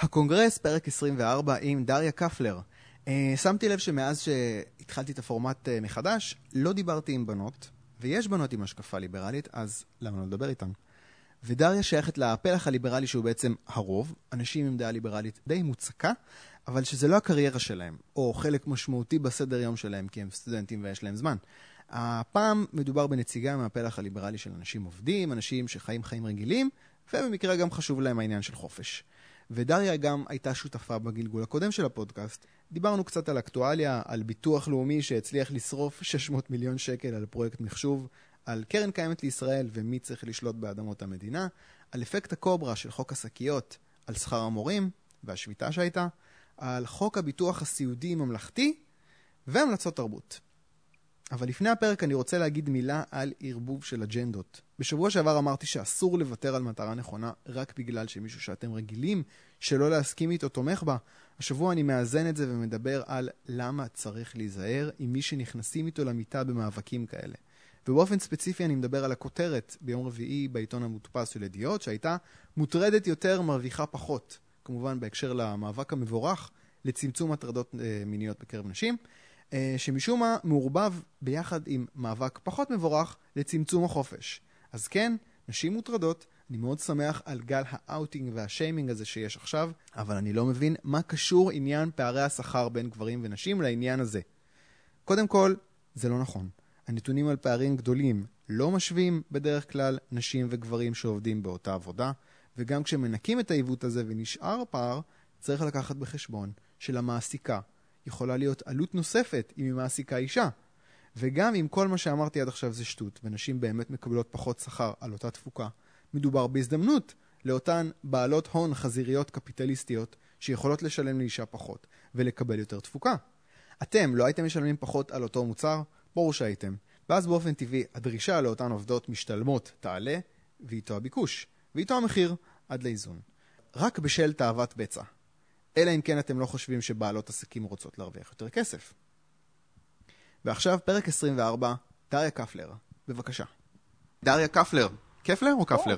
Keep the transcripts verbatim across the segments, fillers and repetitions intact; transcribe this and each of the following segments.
הקונגרס, פרק עשרים וארבע עם דריה קפלר. Uh, שמתי לב שמאז שהתחלתי את הפורמט uh, מחדש, לא דיברתי עם בנות, ויש בנות עם השקפה ליברלית, אז למה לא לדבר איתן? ודריה שייכת לפלח הליברלי שהוא בעצם הרוב, אנשים עם דעה ליברלית די מוצקה, אבל שזה לא הקריירה שלהם, או חלק משמעותי בסדר יום שלהם, כי הם סטודנטים ויש להם זמן. הפעם מדובר בנציגה מהפלח הליברלי של אנשים עובדים, אנשים שחיים חיים רגילים, ובמקרה גם חשוב להם העניין של חופש. ודריה גם הייתה שותפה בגלגול הקודם של הפודקאסט. דיברנו קצת על אקטואליה, על ביטוח לאומי שהצליח לשרוף שש מאות מיליון שקל על פרויקט מחשוב, על קרן קיימת לישראל ומי צריך לשלוט באדמות המדינה, על אפקט הקוברה של חוק השקיות, על שכר המורים והשביתה שהייתה, על חוק הביטוח הסיעודי ממלכתי והמלצות תרבות. אבל לפני הפרק אני רוצה להגיד מילה על ערבוב של אג'נדות. בשבוע שעבר אמרתי שאסור לוותר על מטרה נכונה רק בגלל שמישהו שאתם רגילים שלא להסכים איתו תומך בה. השבוע אני מאזן את זה ומדבר על למה צריך להיזהר עם מי שנכנסים איתו למיטה במאבקים כאלה. ובאופן ספציפי אני מדבר על הכותרת ביום רביעי בעיתון המודפס של ידיעות שהייתה מוטרדת יותר מרוויחה פחות. כמובן בהקשר למאבק המבורך לצמצום הטרדות מיניות בקרב נשים. שמשום מה מעורבב ביחד עם מאבק פחות מבורך לצמצום החופש. אז כן, נשים מוטרדות, אני מאוד שמח על גל האוטינג והשיימינג הזה שיש עכשיו, אבל אני לא מבין מה קשור עניין פערי השכר בין גברים ונשים לעניין הזה. קודם כל, זה לא נכון. הנתונים על פערים גדולים לא משווים בדרך כלל נשים וגברים שעובדים באותה עבודה, וגם כשמנקים את העיוות הזה ונשאר פער, צריך לקחת בחשבון שלמעסיקה יכולה להיות עלות נוספת אם היא מעסיקה אישה. וגם אם כל מה שאמרתי עד עכשיו זה שטות, ונשים באמת מקבלות פחות שכר על אותה תפוקה, מדובר בהזדמנות לאותן בעלות הון חזיריות קפיטליסטיות שיכולות לשלם לאישה פחות ולקבל יותר תפוקה. אתם לא הייתם משלמים פחות על אותו מוצר? ברור שהייתם. ואז באופן טבעי הדרישה לאותן עובדות משתלמות תעלה, ואיתו הביקוש, ואיתו המחיר עד לאיזון. רק בשל תאוות בצע. אלא אם כן אתם לא חושבים שבעלות עסקים רוצות להרוויח יותר כסף. ועכשיו פרק עשרים וארבע, דריה קפלר. בבקשה. דריה קפלר. קפלר או קפלר?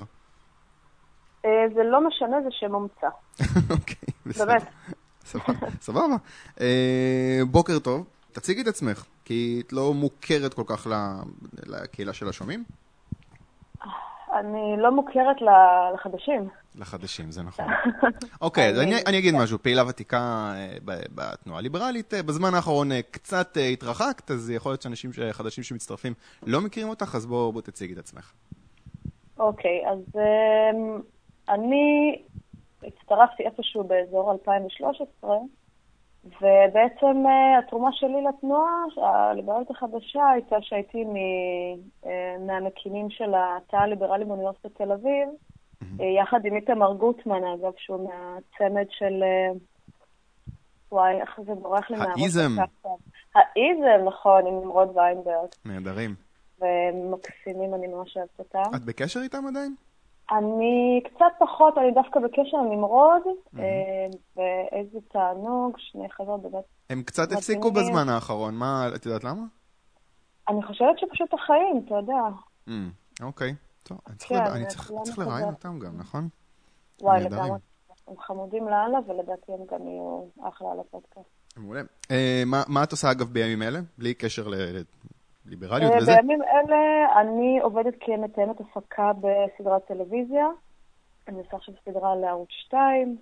זה לא משנה, זה שם מומצא. אוקיי, בסדר. סבבה. בוקר טוב. תציגי את עצמך, כי את לא מוכרת כל כך לקהילה של השומעים. אני לא מוכרת לחדשים. לחדשים, זה נכון. אוקיי, אז אני אגיד משהו. פעילה ותיקה בתנועה ליברלית, בזמן האחרון קצת התרחקת, אז יכול להיות שאנשים חדשים שמצטרפים לא מכירים אותך, אז בוא תציגי את עצמך. אוקיי, אז אני הצטרפתי איפשהו באזור אלפיים ושלוש עשרה, ובעצם התרומה שלי לתנועה, הליברלית החדשה, הייתה שהייתי מהמקימים של התא הליברלי באוניברסיטת תל אביב, יחד עם איתמר גוטמן, אגב, שהוא מהצמד של... וואי, איך זה בורח לי מהראש. האיזם. האיזם, נכון, עם נמרוד ויינברג. נהדרים. ומקסימים, אני ממש אוהבת אותם. את בקשר איתם עדיין? אני קצת פחות, אני דווקא בקשר עם נמרוד, ואיזה תענוג, שני חבר'ה באמת... הם קצת הפסיקו בזמן האחרון, מה, את יודעת למה? אני חושבת שפשוט החיים, אתה יודע. אוקיי, טוב, אני צריך לראיין אותם גם, נכון? וואי, לגמרי, הם חמודים לאללה, ולדעתי הם גם יהיו אחלה על הפודקאסט. מעולה. מה את עושה אגב בימים אלה? בלי קשר לליברליות וזה? בימים אלה אני עובדת כמתאמת הפקה בסדרת טלוויזיה. אני עושה עכשיו סדרה לערוץ שתיים,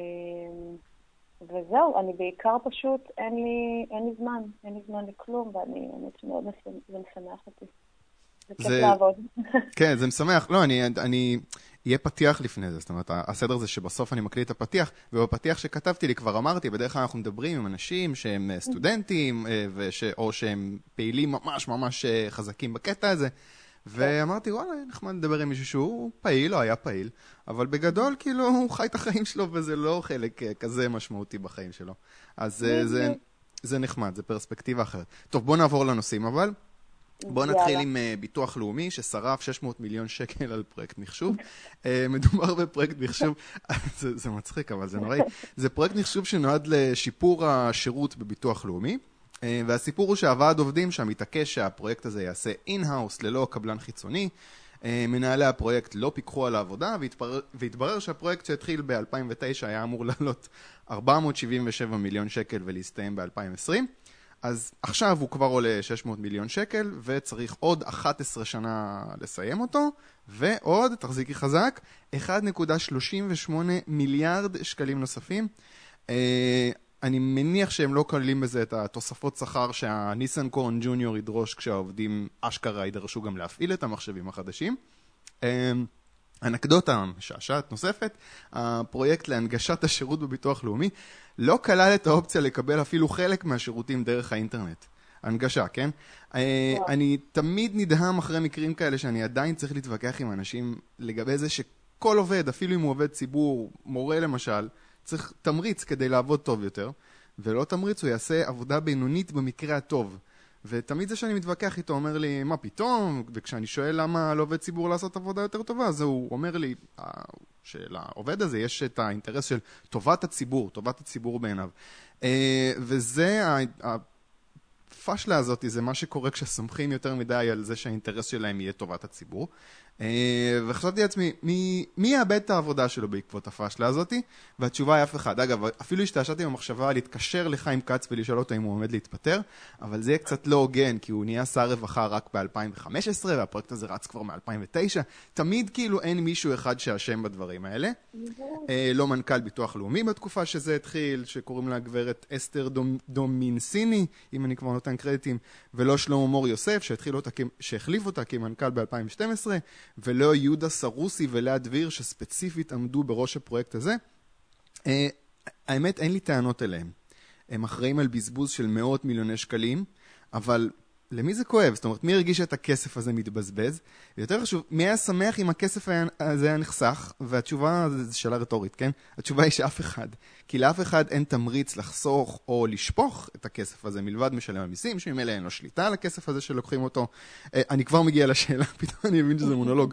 וזהו, אני בעיקר פשוט, אין לי, אין לי זמן, אין לי זמן לכלום, ואני, אני מאוד משמח אותי. זה כיף לעבוד. כן, זה משמח. לא, אני, אני, יהיה פתיח לפני זה, זאת אומרת, הסדר זה שבסוף אני מקליט את הפתיח, ובפתיח שכתבתי לי כבר אמרתי, בדרך כלל אנחנו מדברים עם אנשים שהם סטודנטים, וש, או שהם פעילים ממש ממש חזקים בקטע הזה, ואמרתי, וואלה, נחמד לדבר עם מישהו שהוא פעיל, או היה פעיל, אבל בגדול, כאילו, הוא חי את החיים שלו, וזה לא חלק כזה משמעותי בחיים שלו. אז זה, זה, זה נחמד, זה פרספקטיבה אחרת. טוב, בוא נעבור לנושאים, אבל בוא נתחיל עם ביטוח לאומי, ששרף שש מאות מיליון שקל על פרויקט מחשוב. מדובר בפרויקט מחשוב, זה, זה מצחיק, אבל זה נוראי. זה פרויקט מחשוב שנועד לשיפור השירות בביטוח לאומי, והסיפור הוא שהוועד עובדים שם מתעקש שהפרויקט הזה יעשה אין-האוס ללא קבלן חיצוני, מנהלי הפרויקט לא פיקחו על העבודה, והתברר, והתברר שהפרויקט שהתחיל ב-אלפיים ותשע היה אמור לעלות ארבע מאות שבעים ושבע מיליון שקל ולהסתיים ב-אלפיים ועשרים. אז עכשיו הוא כבר עולה שש מאות מיליון שקל, וצריך עוד אחת עשרה שנה לסיים אותו, ועוד, תחזיקי חזק, אחד נקודה שלושים ושמונה מיליארד שקלים נוספים. אני מניח שהם לא כוללים בזה את התוספות שכר שהניסנקורן ג'וניור ידרוש כשהעובדים אשכרה ידרשו גם להפעיל את המחשבים החדשים. אנקדוטה משעשעת נוספת, הפרויקט להנגשת השירות בביטוח לאומי לא כלל את האופציה לקבל אפילו חלק מהשירותים דרך האינטרנט. הנגשה, כן? אני תמיד נדהם אחרי מקרים כאלה שאני עדיין צריך להתווכח עם אנשים לגבי זה שכל עובד, אפילו אם הוא עובד ציבור, מורה למשל, צריך תמריץ כדי לעבוד טוב יותר, ולא תמריץ, הוא יעשה עבודה בינונית במקרה הטוב. ותמיד זה שאני מתווכח איתו, אומר לי, מה פתאום? וכשאני שואל למה לא עובד ציבור לעשות עבודה יותר טובה, אז הוא אומר לי, שלעובד הזה יש את האינטרס של טובת הציבור, טובת הציבור בעיניו. וזה, הפשלה הזאת, זה מה שקורה כשסומכים יותר מדי על זה שהאינטרס שלהם יהיה טובת הציבור. וחשבתי לעצמי, מי, מי יאבד את העבודה שלו בעקבות הפשלה הזאת? והתשובה היא אף אחד. אגב, אפילו השתעשעתי במחשבה להתקשר לחיים כץ ולשאול אותו אם הוא עומד להתפטר, אבל זה יהיה קצת לא הוגן, כי הוא נהיה שר רווחה רק ב-אלפיים וחמש עשרה, והפרויקט הזה רץ כבר מ-אלפיים ותשע. תמיד כאילו אין מישהו אחד שאשם בדברים האלה. לא מנכ"ל ביטוח לאומי בתקופה שזה התחיל, שקוראים לה גברת אסתר דומיניסיני, אם אני כבר נותן קרדיטים, ולא שלמה מור יוסף, אותה, שהחליף אותה כמנכ"ל ב-אלפיים ושתים עשרה, ולא יהודה סרוסי ולאה דביר שספציפית עמדו בראש הפרויקט הזה. האמת, אין לי טענות אליהם. הם אחראים על בזבוז של מאות מיליוני שקלים, אבל למי זה כואב? זאת אומרת, מי הרגיש שאת הכסף הזה מתבזבז? יותר חשוב, מי היה שמח אם הכסף הזה היה נחסך? והתשובה, זו שאלה רטורית, כן? התשובה היא שאף אחד. כי לאף אחד אין תמריץ לחסוך או לשפוך את הכסף הזה, מלבד משלם המיסים, שממילא אין לו שליטה על הכסף הזה שלוקחים אותו. אני כבר מגיע לשאלה, פתאום אני מבין שזה מונולוג.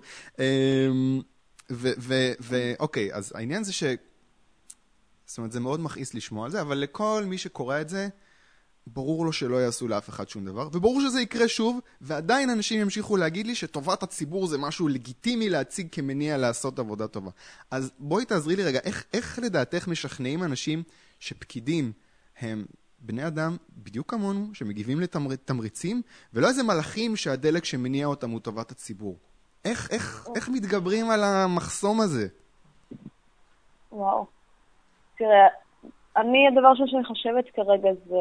ואוקיי, אז העניין זה ש... זאת אומרת, זה מאוד מכעיס לשמוע על זה, אבל לכל מי שקורא את זה, ברור לו שלא יעשו לאף אחד שום דבר, וברור שזה יקרה שוב, ועדיין אנשים ימשיכו להגיד לי שטובת הציבור זה משהו לגיטימי להציג כמניע לעשות עבודה טובה. אז בואי תעזרי לי רגע, איך, איך לדעתך משכנעים אנשים שפקידים הם בני אדם בדיוק כמונו, שמגיבים לתמריצים, ולא איזה מלאכים שהדלק שמניע אותם הוא טובת הציבור. איך, איך, איך מתגברים על המחסום הזה? וואו. תראה, אני, הדבר שאני חושבת כרגע זה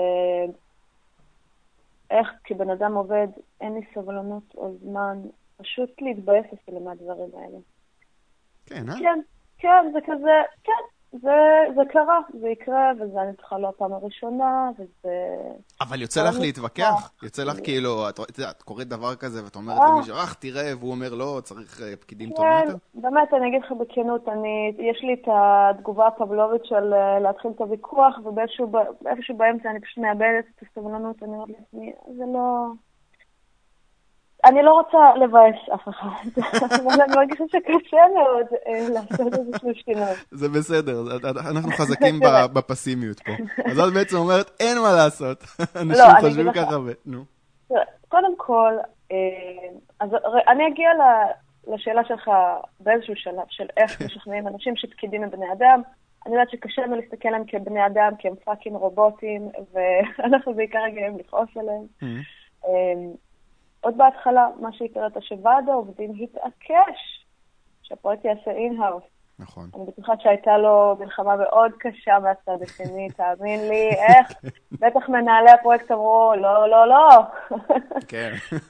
איך כבן אדם עובד, אין לי סבלנות או זמן, פשוט להתבייס אפילו מהדברים האלה. כן, אה? כן, כן, זה כזה, כן, זה, זה קרה, זה יקרה, וזה אני צריכה לא הפעם הראשונה, וזה... אבל יוצא לך להתווכח? יוצא לך כאילו, את, את, את קוראת דבר כזה, ואת אומרת למישהו, אך תראה, והוא אומר לא, צריך פקידים טובים יותר? כן, באמת, אני אגיד לך בכנות, אני, יש לי את התגובה הפבלובית של להתחיל את הוויכוח, ובאיפשהו באמצע אני פשוט מאבדת את הסבלנות, אני אומרת לעצמי, זה לא... אני לא רוצה לבאס אף אחד, אבל אני מרגישה שקשה מאוד לעשות איזשהו שינוי. זה בסדר, אנחנו חזקים בפסימיות פה. אז את בעצם אומרת, אין מה לעשות. אנשים חושבים ככה ו... נו. קודם כל, אז אני אגיע לשאלה שלך באיזשהו שלב, של איך משכנעים אנשים שפקידים הם בני אדם. אני יודעת שקשה לנו להסתכל עליהם כבני אדם, כי הם פאקינג רובוטים, ואנחנו בעיקר רגילים לכעוס עליהם. עוד בהתחלה, מה שהקראת, שוועד העובדים התעקש שהפרויקט יעשה אין-האוס. נכון. אני בטוחה שהייתה לו מלחמה מאוד קשה מהצד השני, תאמין לי, איך? בטח מנהלי הפרויקט אמרו, לא, לא, לא. כן.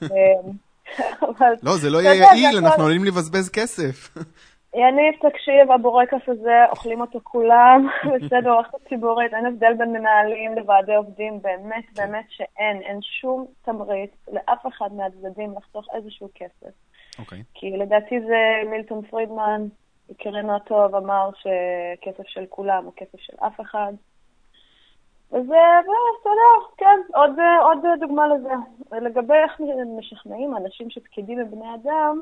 לא, זה לא יהיה יעיל, אנחנו עולים לבזבז כסף. יניב, תקשיב, הבורקס הזה, אוכלים אותו כולם, בסדר, אורחת ציבורית, אין הבדל בין מנהלים לוועדי עובדים, באמת, באמת שאין, אין שום תמריץ לאף אחד מהצדדים לחסוך איזשהו כסף. אוקיי. כי לדעתי זה מילטון פרידמן, הכרנו הטוב, אמר שכסף של כולם הוא כסף של אף אחד. וזה, אתה יודע, כן, עוד, עוד דוגמה לזה. לגבי איך משכנעים אנשים שפקידים הם בני אדם,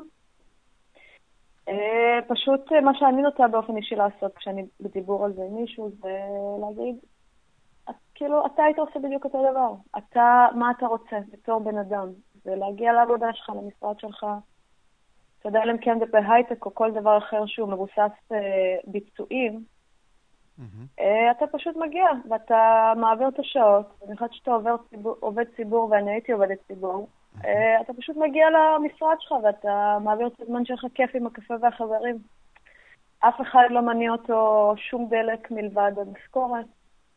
פשוט מה שאני נוטה באופן אישי לעשות כשאני בדיבור על זה עם מישהו, זה להגיד, כאילו, אתה היית עושה בדיוק אותו דבר. אתה, מה אתה רוצה בתור בן אדם? זה להגיע לעבודה שלך, למשרד שלך, אתה יודע, אם כן זה בהייטק או כל דבר אחר שהוא מבוסס אה, ביצועים, mm-hmm. אה, אתה פשוט מגיע ואתה מעביר את השעות, במיוחד שאתה עובר ציבור, עובד ציבור ואני הייתי עובדת ציבור, mm-hmm. אה, אתה פשוט מגיע למשרד שלך ואתה מעביר את הזמן שלך כיף עם הקפה והחברים. אף אחד לא מניע אותו שום דלק מלבד המשכורת.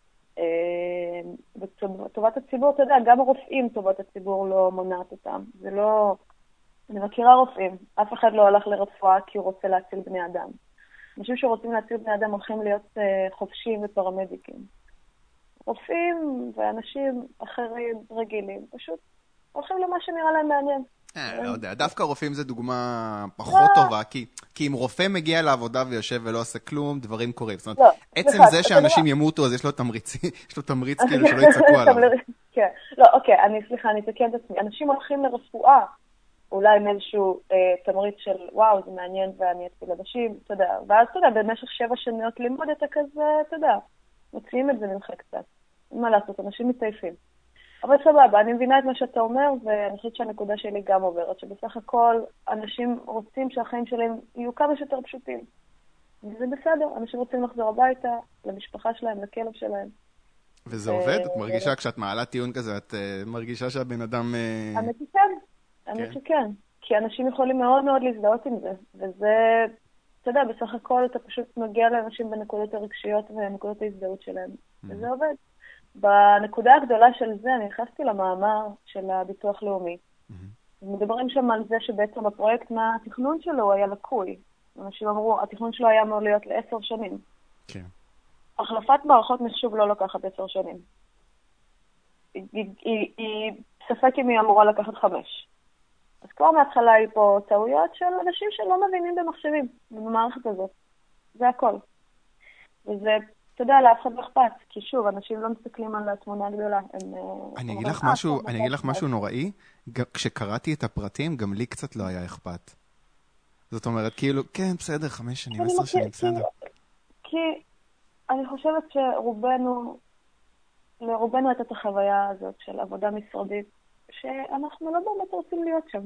וטובת הציבור, אתה יודע, גם הרופאים טובת הציבור לא מונעת אותם. זה לא... אני מכירה רופאים. אף אחד לא הלך לרפואה כי הוא רוצה להציל בני אדם. אנשים שרוצים להציל בני אדם הולכים להיות חופשים ופרמדיקים. רופאים ואנשים אחרים רגילים פשוט הולכים למה שנראה להם מעניין. לא יודע, דווקא רופאים זה דוגמה פחות טובה, כי אם רופא מגיע לעבודה ויושב ולא עושה כלום, דברים קורים. זאת אומרת, עצם זה שאנשים ימותו, אז יש לו תמריץ כאילו שלא יצעקו עליו. כן, לא, אוקיי, אני סליחה, אני אתקן את עצמי. אנשים הולכים לרפואה, אולי עם איזשהו תמריץ של וואו, זה מעניין ואני אציל אנשים, אתה יודע, ואז אתה יודע, במשך שבע שניות לימוד אתה כזה, אתה יודע, מוציאים את זה ממך קצת. מה לעשות, אנשים מתעייפים. אבל סבבה, אני מבינה את מה שאתה אומר, ואני חושבת שהנקודה שלי גם עוברת, שבסך הכל אנשים רוצים שהחיים שלהם יהיו כמה שיותר פשוטים. וזה בסדר, אנשים רוצים לחזור הביתה, למשפחה שלהם, לכלב שלהם. וזה עובד? את מרגישה כשאת מעלה טיעון כזה, את מרגישה שהבן אדם... האמת שכן, האמת שכן. כי אנשים יכולים מאוד מאוד להזדהות עם זה, וזה, אתה יודע, בסך הכל אתה פשוט מגיע לאנשים בנקודות הרגשיות ונקודות ההזדהות שלהם, וזה עובד. בנקודה הגדולה של זה, אני נכנסתי למאמר של הביטוח לאומי. Mm-hmm. מדברים שם על זה שבעצם הפרויקט מהתכנון שלו היה לקוי. אנשים אמרו, התכנון שלו היה אמור להיות לעשר שנים. כן. Okay. החלפת מערכות מחשוב לא לקחת עשר שנים. היא, היא, היא, היא ספק אם היא אמורה לקחת חמש. אז כבר מההתחלה היא פה טעויות של אנשים שלא מבינים במחשבים, במערכת הזאת. זה הכל. וזה... אתה יודע, לאף אחד לא אכפת, כי שוב, אנשים לא מסתכלים על התמונה הגדולה. אני אגיד לך משהו, אני אגיד לך משהו נוראי, כשקראתי את הפרטים, גם לי קצת לא היה אכפת. זאת אומרת, כאילו, כן, בסדר, חמש שנים, עשר שנים, בסדר. כי אני חושבת שרובנו, לרובנו הייתה את החוויה הזאת של עבודה משרדית, שאנחנו לא באמת רוצים להיות שם.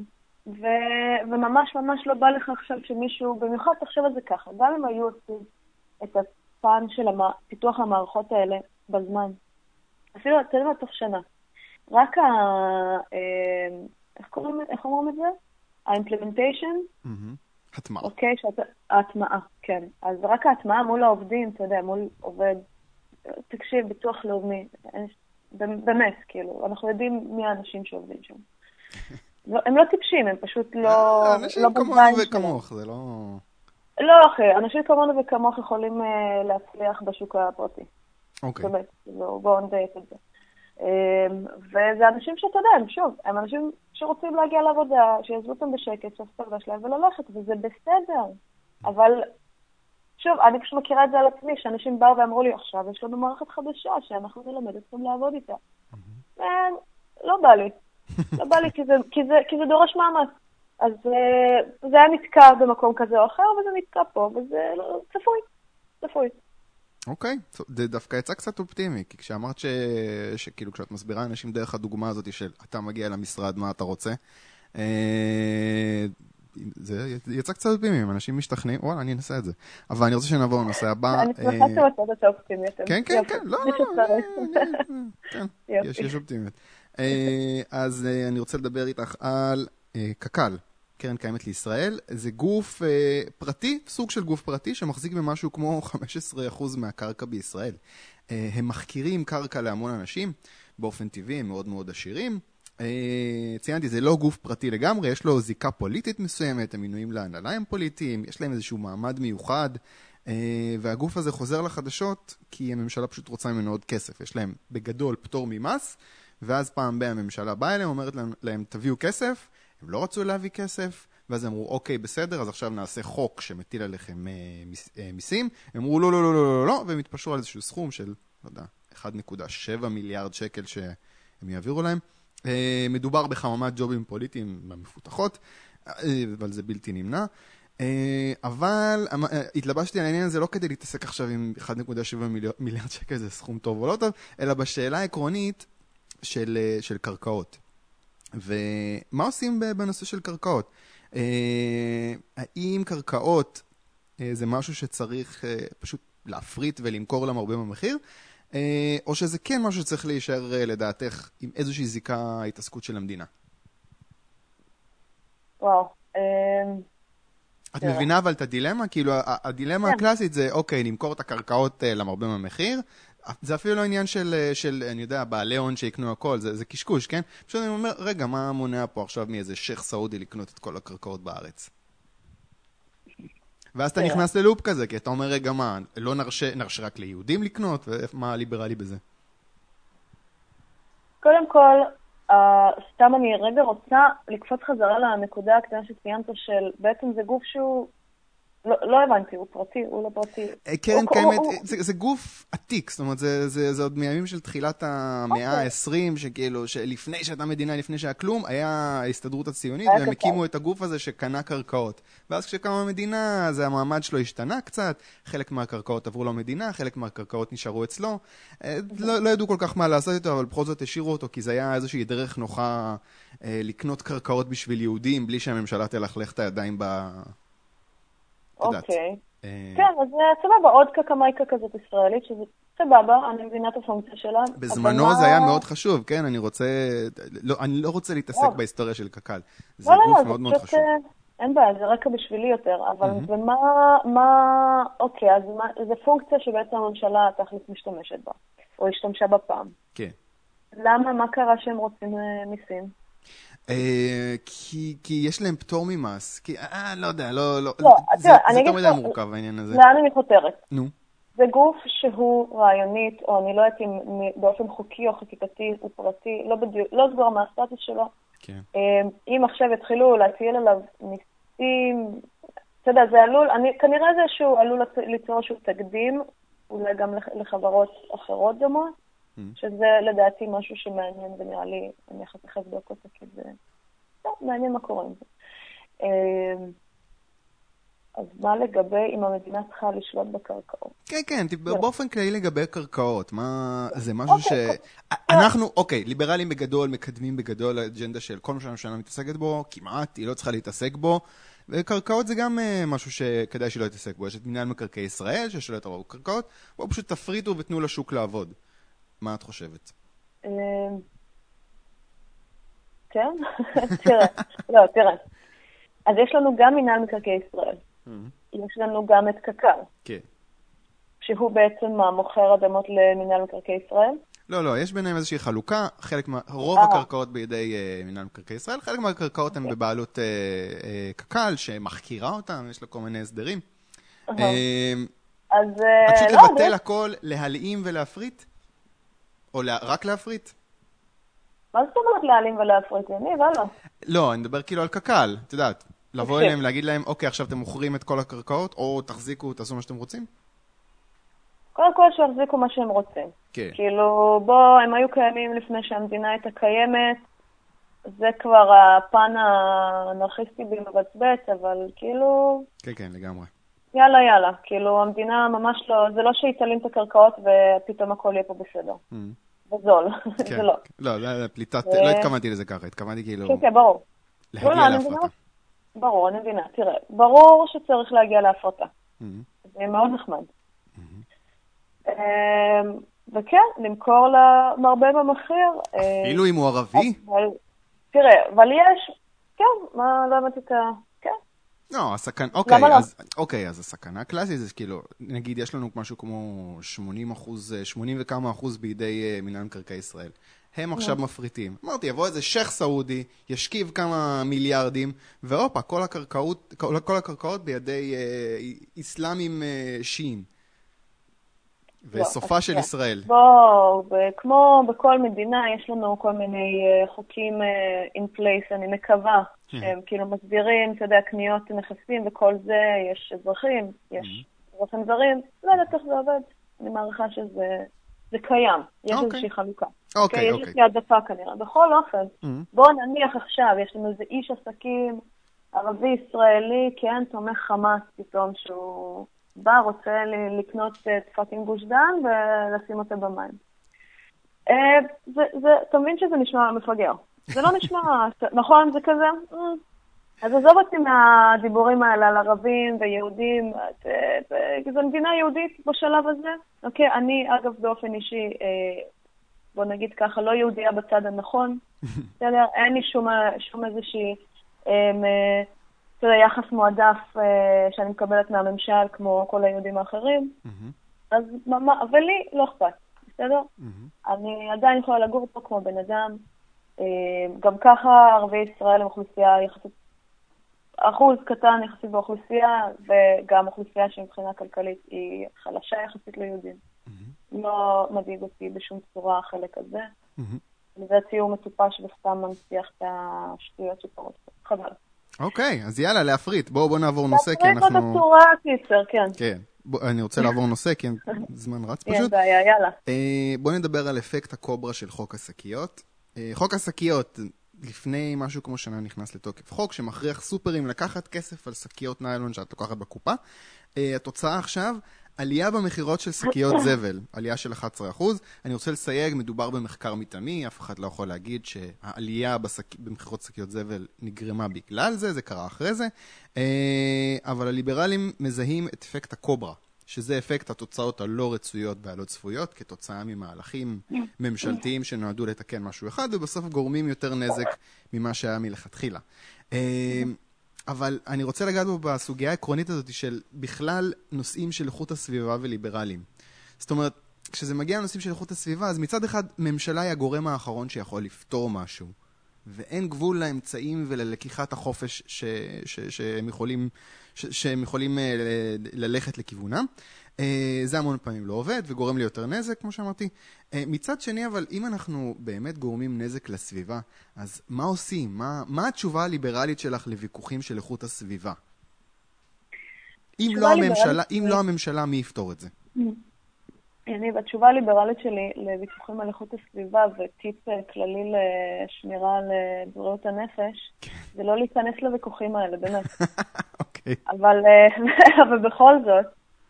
וממש ממש לא בא לך עכשיו שמישהו, במיוחד תחשב על זה ככה, גם אם היו עושים את הפן של פיתוח המערכות האלה בזמן. אפילו, אתה יודע מה, תוך שנה. רק ה... איך קוראים, איך אומרים את זה? ה-implementation. הטמעה. אוקיי, ההטמעה, כן. אז רק ההטמעה מול העובדים, אתה יודע, מול עובד, תקשיב, ביטוח לאומי, באמת, כאילו, אנחנו יודעים מי האנשים שעובדים שם. הם לא טיפשים, הם פשוט לא... אנשים כמונו וכמוך, זה לא... לא, אחי, אנשים כמונו וכמוך יכולים uh, להצליח בשוק הפרטי. אוקיי. באמת, לא, בואו נדייק את זה. Um, וזה אנשים שאתה יודע, הם שוב, הם אנשים שרוצים להגיע לעבודה, שיעזבו אותם בשקט, שהסתרדה שלהם וללכת, וזה בסדר. אבל, שוב, אני פשוט מכירה את זה על עצמי, שאנשים באו ואמרו לי, עכשיו יש לנו מערכת חדשה, שאנחנו נלמד אתכם לעבוד איתה. Mm-hmm. לא בא לי. לא בא לי, כי זה, כי זה, כי זה דורש מאמץ. אז זה היה נתקע במקום כזה או אחר, וזה נתקע פה, וזה צפוי, צפוי. אוקיי, זה דווקא יצא קצת אופטימי, כי כשאמרת שכאילו כשאת מסבירה אנשים דרך הדוגמה הזאת של אתה מגיע למשרד, מה אתה רוצה, זה יצא קצת אופטימי, אנשים משתכנעים, וואלה, אני אנסה את זה. אבל אני רוצה שנעבור לנושא הבא. אני שמחה שבצד את האופטימיות. כן, כן, כן, לא, לא, כן, יש אופטימיות. אז אני רוצה לדבר איתך על קק"ל, קרן קיימת לישראל. זה גוף אה, פרטי, סוג של גוף פרטי שמחזיק במשהו כמו חמישה עשר אחוז מהקרקע בישראל. אה, הם מחכירים קרקע להמון אנשים, באופן טבעי הם מאוד מאוד עשירים. אה, ציינתי, זה לא גוף פרטי לגמרי, יש לו זיקה פוליטית מסוימת, הם מינויים להנהלה הם פוליטיים, יש להם איזשהו מעמד מיוחד, אה, והגוף הזה חוזר לחדשות כי הממשלה פשוט רוצה ממנו עוד כסף. יש להם בגדול פטור ממס, ואז פעם בה הממשלה באה אליהם, אומרת להם, להם תביאו כסף, הם לא רצו להביא כסף, ואז הם אמרו, אוקיי, בסדר, אז עכשיו נעשה חוק שמטיל עליכם אה, מיס, אה, מיסים. הם אמרו, לא, לא, לא, לא, לא, לא, והם התפשרו על איזשהו סכום של, לא יודע, אחד נקודה שבע מיליארד שקל שהם יעבירו להם. אה, מדובר בחממת ג'ובים פוליטיים במפותחות, אה, אבל זה בלתי נמנע. אה, אבל אה, התלבשתי על העניין הזה לא כדי להתעסק עכשיו עם אחד נקודה שבע מיליארד שקל, זה סכום טוב או לא טוב, אלא בשאלה העקרונית של, של קרקעות. ומה עושים בנושא של קרקעות? האם קרקעות זה משהו שצריך פשוט להפריט ולמכור למרבה במחיר, או שזה כן משהו שצריך להישאר לדעתך עם איזושהי זיקה התעסקות של המדינה? וואו. את מבינה אבל את הדילמה? כאילו, הדילמה הקלאסית זה, אוקיי, נמכור את הקרקעות למרבה במחיר, זה אפילו לא עניין של, של, אני יודע, בעלי הון שיקנו הכל, זה, זה קשקוש, כן? פשוט אני אומר, רגע, מה מונע פה עכשיו מאיזה שייך סעודי לקנות את כל הקרקעות בארץ? ואז אתה נכנס ללופ כזה, כי אתה אומר, רגע, מה, לא נרשה, נרשה רק ליהודים לקנות? ומה הליברלי בזה? קודם כל, uh, סתם אני רגע רוצה לקפוץ חזרה לנקודה הקטנה שציינת של, בעצם זה גוף שהוא, לא, לא הבנתי, הוא פרטי, הוא לא פרטי. קרן קיימת, זה, זה גוף עתיק, זאת אומרת, זה, זה, זה עוד מימים של תחילת המאה ה-עשרים, שכאילו, שלפני שהייתה מדינה, לפני שהיה כלום, היה ההסתדרות הציונית, והם הקימו את הגוף הזה שקנה קרקעות. ואז כשקמה המדינה, זה המעמד שלו השתנה קצת, חלק מהקרקעות עברו למדינה, חלק מהקרקעות נשארו אצלו. לא, לא ידעו כל כך מה לעשות איתו, אבל בכל זאת השאירו אותו, כי זה היה איזושהי דרך נוחה לקנות קרקעות בשביל יהודים, בלי שהממשלה תלכלך את הידיים ב... אוקיי. כן, אז סבבה, עוד קקמייקה כזאת ישראלית, שזה סבבה, אני מבינה את הפונקציה שלה. בזמנו זה היה מאוד חשוב, כן, אני רוצה, אני לא רוצה להתעסק בהיסטוריה של קק"ל. זה גוף מאוד מאוד חשוב. אין בעיה, זה רקע בשבילי יותר, אבל ומה, מה, אוקיי, אז זה פונקציה שבעצם הממשלה תכלית משתמשת בה, או השתמשה בה פעם. כן. למה, מה קרה שהם רוצים מיסים? כי כי יש להם פטור ממס, כי אה לא יודע, לא לא לא, זה יותר מדי מורכב העניין הזה. לאן אני חותרת? נו. זה גוף שהוא רעיונית, או אני לא יודעת אם באופן חוקי או חקיקתי הוא פרטי, לא בדיוק, לא סגור מהסטטוס שלו. כן. אם עכשיו יתחילו להטיל עליו מיסים, אתה יודע, זה עלול, אני כנראה זה שהוא עלול ליצור איזשהו תקדים, אולי גם לחברות אחרות דומות. שזה לדעתי משהו שמעניין ונראה לי, אני אחת כך לבדוק אותה, כי זה לא, מעניין מה קורה עם זה. אז מה לגבי אם המדינה צריכה לשלוט בקרקעות? כן, כן, באופן כללי לגבי קרקעות, מה זה משהו ש... אנחנו, אוקיי, ליברלים בגדול, מקדמים בגדול האג'נדה של כל מה שהממשלה מתעסקת בו, כמעט, היא לא צריכה להתעסק בו, וקרקעות זה גם משהו שכדאי שלא להתעסק בו. יש את מנהל מקרקעי ישראל, ששולט הרבה קרקעות, בואו פשוט תפריטו ותנו לשוק לעבוד. מה את חושבת? כן? תראה, לא, תראה. אז יש לנו גם מנהל מקרקעי ישראל. יש לנו גם את קק"ל. כן. שהוא בעצם מוכר אדמות למנהל מקרקעי ישראל. לא, לא, יש ביניהם איזושהי חלוקה, חלק מה... רוב הקרקעות בידי מנהל מקרקעי ישראל, חלק מהקרקעות הן בבעלות קק"ל, שמחכירה אותם, יש לה כל מיני הסדרים. אז... פשוט לבטל הכל, להלאים ולהפריט? או רק להפריט? מה זאת אומרת להעלים ולהפריט? אני, לא. לא, אני מדבר כאילו על קק"ל, את יודעת. לבוא אליהם, להגיד להם, אוקיי, עכשיו אתם מוכרים את כל הקרקעות, או תחזיקו, תעשו מה שאתם רוצים? קודם כל שיחזיקו מה שהם רוצים. כן. כאילו, בוא, הם היו קיימים לפני שהמדינה הייתה קיימת, זה כבר הפן האנרכיסטי במבצבץ, אבל כאילו... כן, כן, לגמרי. יאללה, יאללה. כאילו, המדינה ממש לא... זה לא שהתעלים את הקרקעות ופתאום הכל יהיה פה בסדר. בזול. זה לא. לא, זה פליטת... לא התכוונתי לזה ככה, התכוונתי כאילו... כן, כן, ברור. להגיע להפרטה. ברור, אני מבינה. תראה, ברור שצריך להגיע להפרטה. זה מאוד נחמד. וכן, למכור למרבה במחיר. אפילו אם הוא ערבי? תראה, אבל יש... כן, מה, לא אמרתי את ה... כן. לא, הסכנה, אוקיי, אז, אוקיי, אז הסכנה הקלאסית זה כאילו, נגיד, יש לנו משהו כמו שמונים אחוז, שמונים וכמה אחוז בידי מנהל מקרקעי ישראל. הם עכשיו מפריטים. אמרתי, יבוא איזה שייך סעודי, ישכיב כמה מיליארדים, ואופה, כל הקרקעות, כל, כל הקרקעות בידי אה, איסלאמים אה, שיעים. וסופה של ישראל. בוא, כמו בכל מדינה, יש לנו כל מיני חוקים in place, אני מקווה, שהם כאילו מסבירים, אתה יודע, קניות נכסים וכל זה, יש אזרחים, יש אזרחים זרים, לא יודעת איך זה עובד, אני מעריכה שזה קיים, יש איזושהי חלוקה. אוקיי, אוקיי. יש לי העדפה כנראה. בכל אופן, בואו נניח עכשיו, יש לנו איזה איש עסקים, ערבי ישראלי, כן, תומך חמאס פתאום שהוא... בא, רוצה לקנות את פאקינג גוש דן ולשים אותה במים. אתה מבין שזה נשמע מפגר. זה לא נשמע, נכון? זה כזה? אז עזוב אותי מהדיבורים האלה על ערבים ויהודים, זו מדינה יהודית בשלב הזה. אוקיי, אני אגב באופן אישי, בוא נגיד ככה, לא יהודייה בצד הנכון. בסדר, אין לי שום, שום איזושהי אתה יודע, יחס מועדף שאני מקבלת מהממשל כמו כל היהודים האחרים. אז מה, אבל לי לא אכפת, בסדר? אני עדיין יכולה לגור פה כמו בן אדם. גם ככה ערבי ישראל הם אוכלוסייה יחסית, אחוז קטן יחסית באוכלוסייה, וגם אוכלוסייה שמבחינה כלכלית היא חלשה יחסית ליהודים. לא מדאיג אותי בשום צורה החלק הזה. וזה ציור מטופש וסתם מנציח את השטויות שקורות פה. חבל. אוקיי, אז יאללה, להפריט. בואו בוא נעבור נושא, כי אנחנו... להפריט עוד הצורה, קיצר, כן. כן. אני רוצה לעבור נושא, כי זמן רץ פשוט. אין בעיה, יאללה. בואו נדבר על אפקט הקוברה של חוק השקיות. חוק השקיות, לפני משהו כמו שנה נכנס לתוקף. חוק שמכריח סופרים לקחת כסף על שקיות ניילון שאת לוקחת בקופה. התוצאה עכשיו, עלייה במחירות של שקיות זבל, עלייה של אחת עשרה אחוז. אני רוצה לסייג, מדובר במחקר מתאמי, אף אחד לא יכול להגיד שהעלייה בשק... במחירות שקיות זבל נגרמה בגלל זה, זה קרה אחרי זה. אבל הליברלים מזהים את אפקט הקוברה, שזה אפקט התוצאות הלא רצויות והלא צפויות, כתוצאה ממהלכים ממשלתיים שנועדו לתקן משהו אחד, ובסוף גורמים יותר נזק ממה שהיה מלכתחילה. אבל אני רוצה לגעת בו בסוגיה העקרונית הזאת של בכלל נושאים של איכות הסביבה וליברלים. זאת אומרת, כשזה מגיע לנושאים של איכות הסביבה, אז מצד אחד ממשלה היא הגורם האחרון שיכול לפתור משהו, ואין גבול לאמצעים וללקיחת החופש ש, ש, שהם יכולים, ש, שהם יכולים ללכת לכיוונם. זה המון פעמים לא עובד וגורם לי יותר נזק, כמו שאמרתי. מצד שני, אבל אם אנחנו באמת גורמים נזק לסביבה, אז מה עושים? מה, מה התשובה הליברלית שלך לוויכוחים של איכות הסביבה? אם לא הממשלה, אם לא הממשלה, מי יפתור את זה? אני, והתשובה הליברלית שלי לוויכוחים על איכות הסביבה וטיפ כללי לשמירה על בריאות הנפש, זה לא להיכנס לוויכוחים האלה, באמת. אוקיי. אבל, אבל בכל זאת,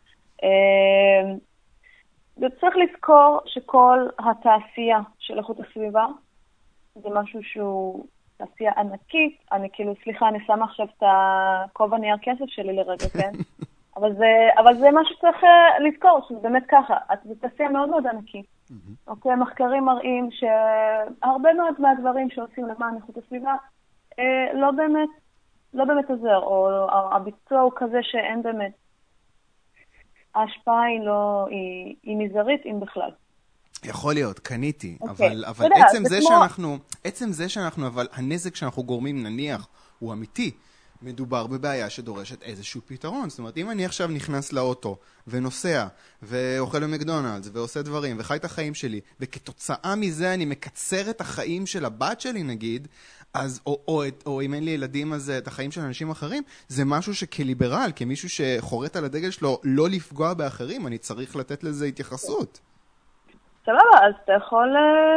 צריך לזכור שכל התעשייה של איכות הסביבה זה משהו שהוא תעשייה ענקית. אני כאילו, סליחה, אני שמה עכשיו את הכובע נייר כסף שלי לרגע, כן? אבל זה, אבל זה משהו שצריך לזכור, שזה באמת ככה. זה תעשייה מאוד מאוד ענקית. אוקיי, מחקרים מראים שהרבה מאוד מהדברים שעושים למען איכות הסביבה לא באמת, לא באמת עוזר, או הביצוע הוא כזה שאין באמת. ההשפעה היא לא, היא, היא מזערית, אם בכלל. יכול להיות, קניתי, okay. אבל, אבל יודע, עצם זה, כמו... שאנחנו, עצם זה שאנחנו, אבל הנזק שאנחנו גורמים נניח הוא אמיתי. מדובר בבעיה שדורשת איזשהו פתרון. זאת אומרת, אם אני עכשיו נכנס לאוטו ונוסע ואוכל במקדונלדס ועושה דברים וחי את החיים שלי, וכתוצאה מזה אני מקצר את החיים של הבת שלי נגיד, אז, או, או, או, או אם אין לי ילדים אז את החיים של אנשים אחרים, זה משהו שכליברל, כמישהו שחורט על הדגל שלו לא לפגוע באחרים, אני צריך לתת לזה התייחסות. סבבה, אז אתה יכול,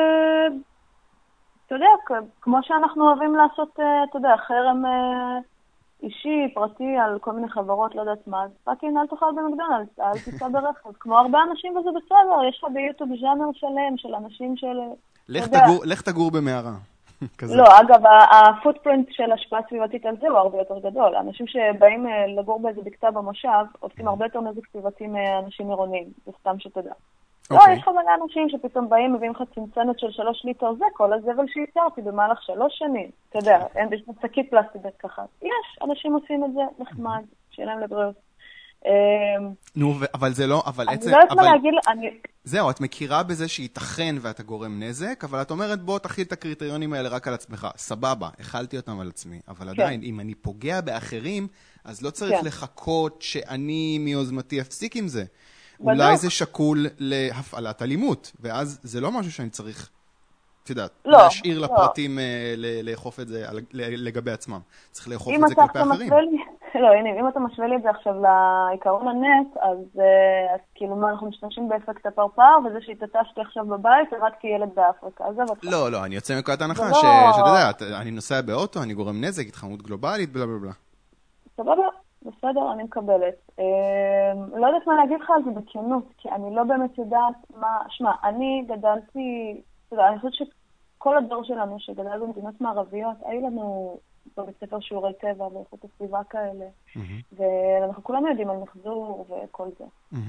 אתה יודע, כמו שאנחנו אוהבים לעשות, אתה יודע, חרם אישי, פרטי, על כל מיני חברות, לא יודעת מה, אז פאקינג, אל תאכל במקדונלדס, אל תיסע ברכב. כמו הרבה אנשים וזה בסדר, יש לך ביוטיוב ז'אנר שלם של אנשים של... לך תגור, לך תגור במערה. לא, אגב, הפוטפרינט של השפעה סביבתית על זה הוא הרבה יותר גדול. אנשים שבאים לגור באיזה בקתה במושב, עושים הרבה יותר נזק סביבתי מאנשים עירוניים, זה סתם שתדע. לא, יש לך מלא אנשים שפתאום באים, מביאים לך צנצנת של שלוש ליטר, זה כל הזבל שיצרתי במהלך שלוש שנים. אתה יודע, אין בשקית פלסטיק ככה. יש, אנשים עושים את זה, נחמד, שיהיה להם לבריאות. נו, אבל זה לא, אבל עצם... אני לא יודעת מה להגיד, אני... זהו, את מכירה בזה שייתכן ואתה גורם נזק, אבל את אומרת, בוא תחיל את הקריטריונים האלה רק על עצמך. סבבה, החלתי אותם על עצמי. אבל עדיין, אם אני פוגע באחרים, אז לא צריך לחכות שאני מיוזמתי אפסיק עם זה. אולי זה שקול להפעלת אלימות, ואז זה לא משהו שאני צריך, את יודעת, להשאיר לפרטים לאכוף את זה לגבי עצמם. צריך לאכוף את זה כלפי אחרים. לא, הנה, אם אתה משווה לי את זה עכשיו לעיקרון הנט, אז כאילו מה, אנחנו משתמשים באפקט הפרפר, וזה שהתעטשתי עכשיו בבית, רק כילד באפריקה. לא, לא, אני יוצא מנקודת הנחה שאתה יודע, אני נוסע באוטו, אני גורם נזק, התחממות גלובלית, בלה בלה בלה. סבבה. בסדר, אני מקבלת. לא יודעת מה להגיד לך על זה בכנות, כי אני לא באמת יודעת מה... שמע, אני גדלתי... אתה יודע, אני חושבת שכל הדור שלנו שגדל במדינות מערביות, היו לנו בבית ספר שיעורי טבע ואיכות הסביבה כאלה, ואנחנו כולנו יודעים על מחזור וכל זה.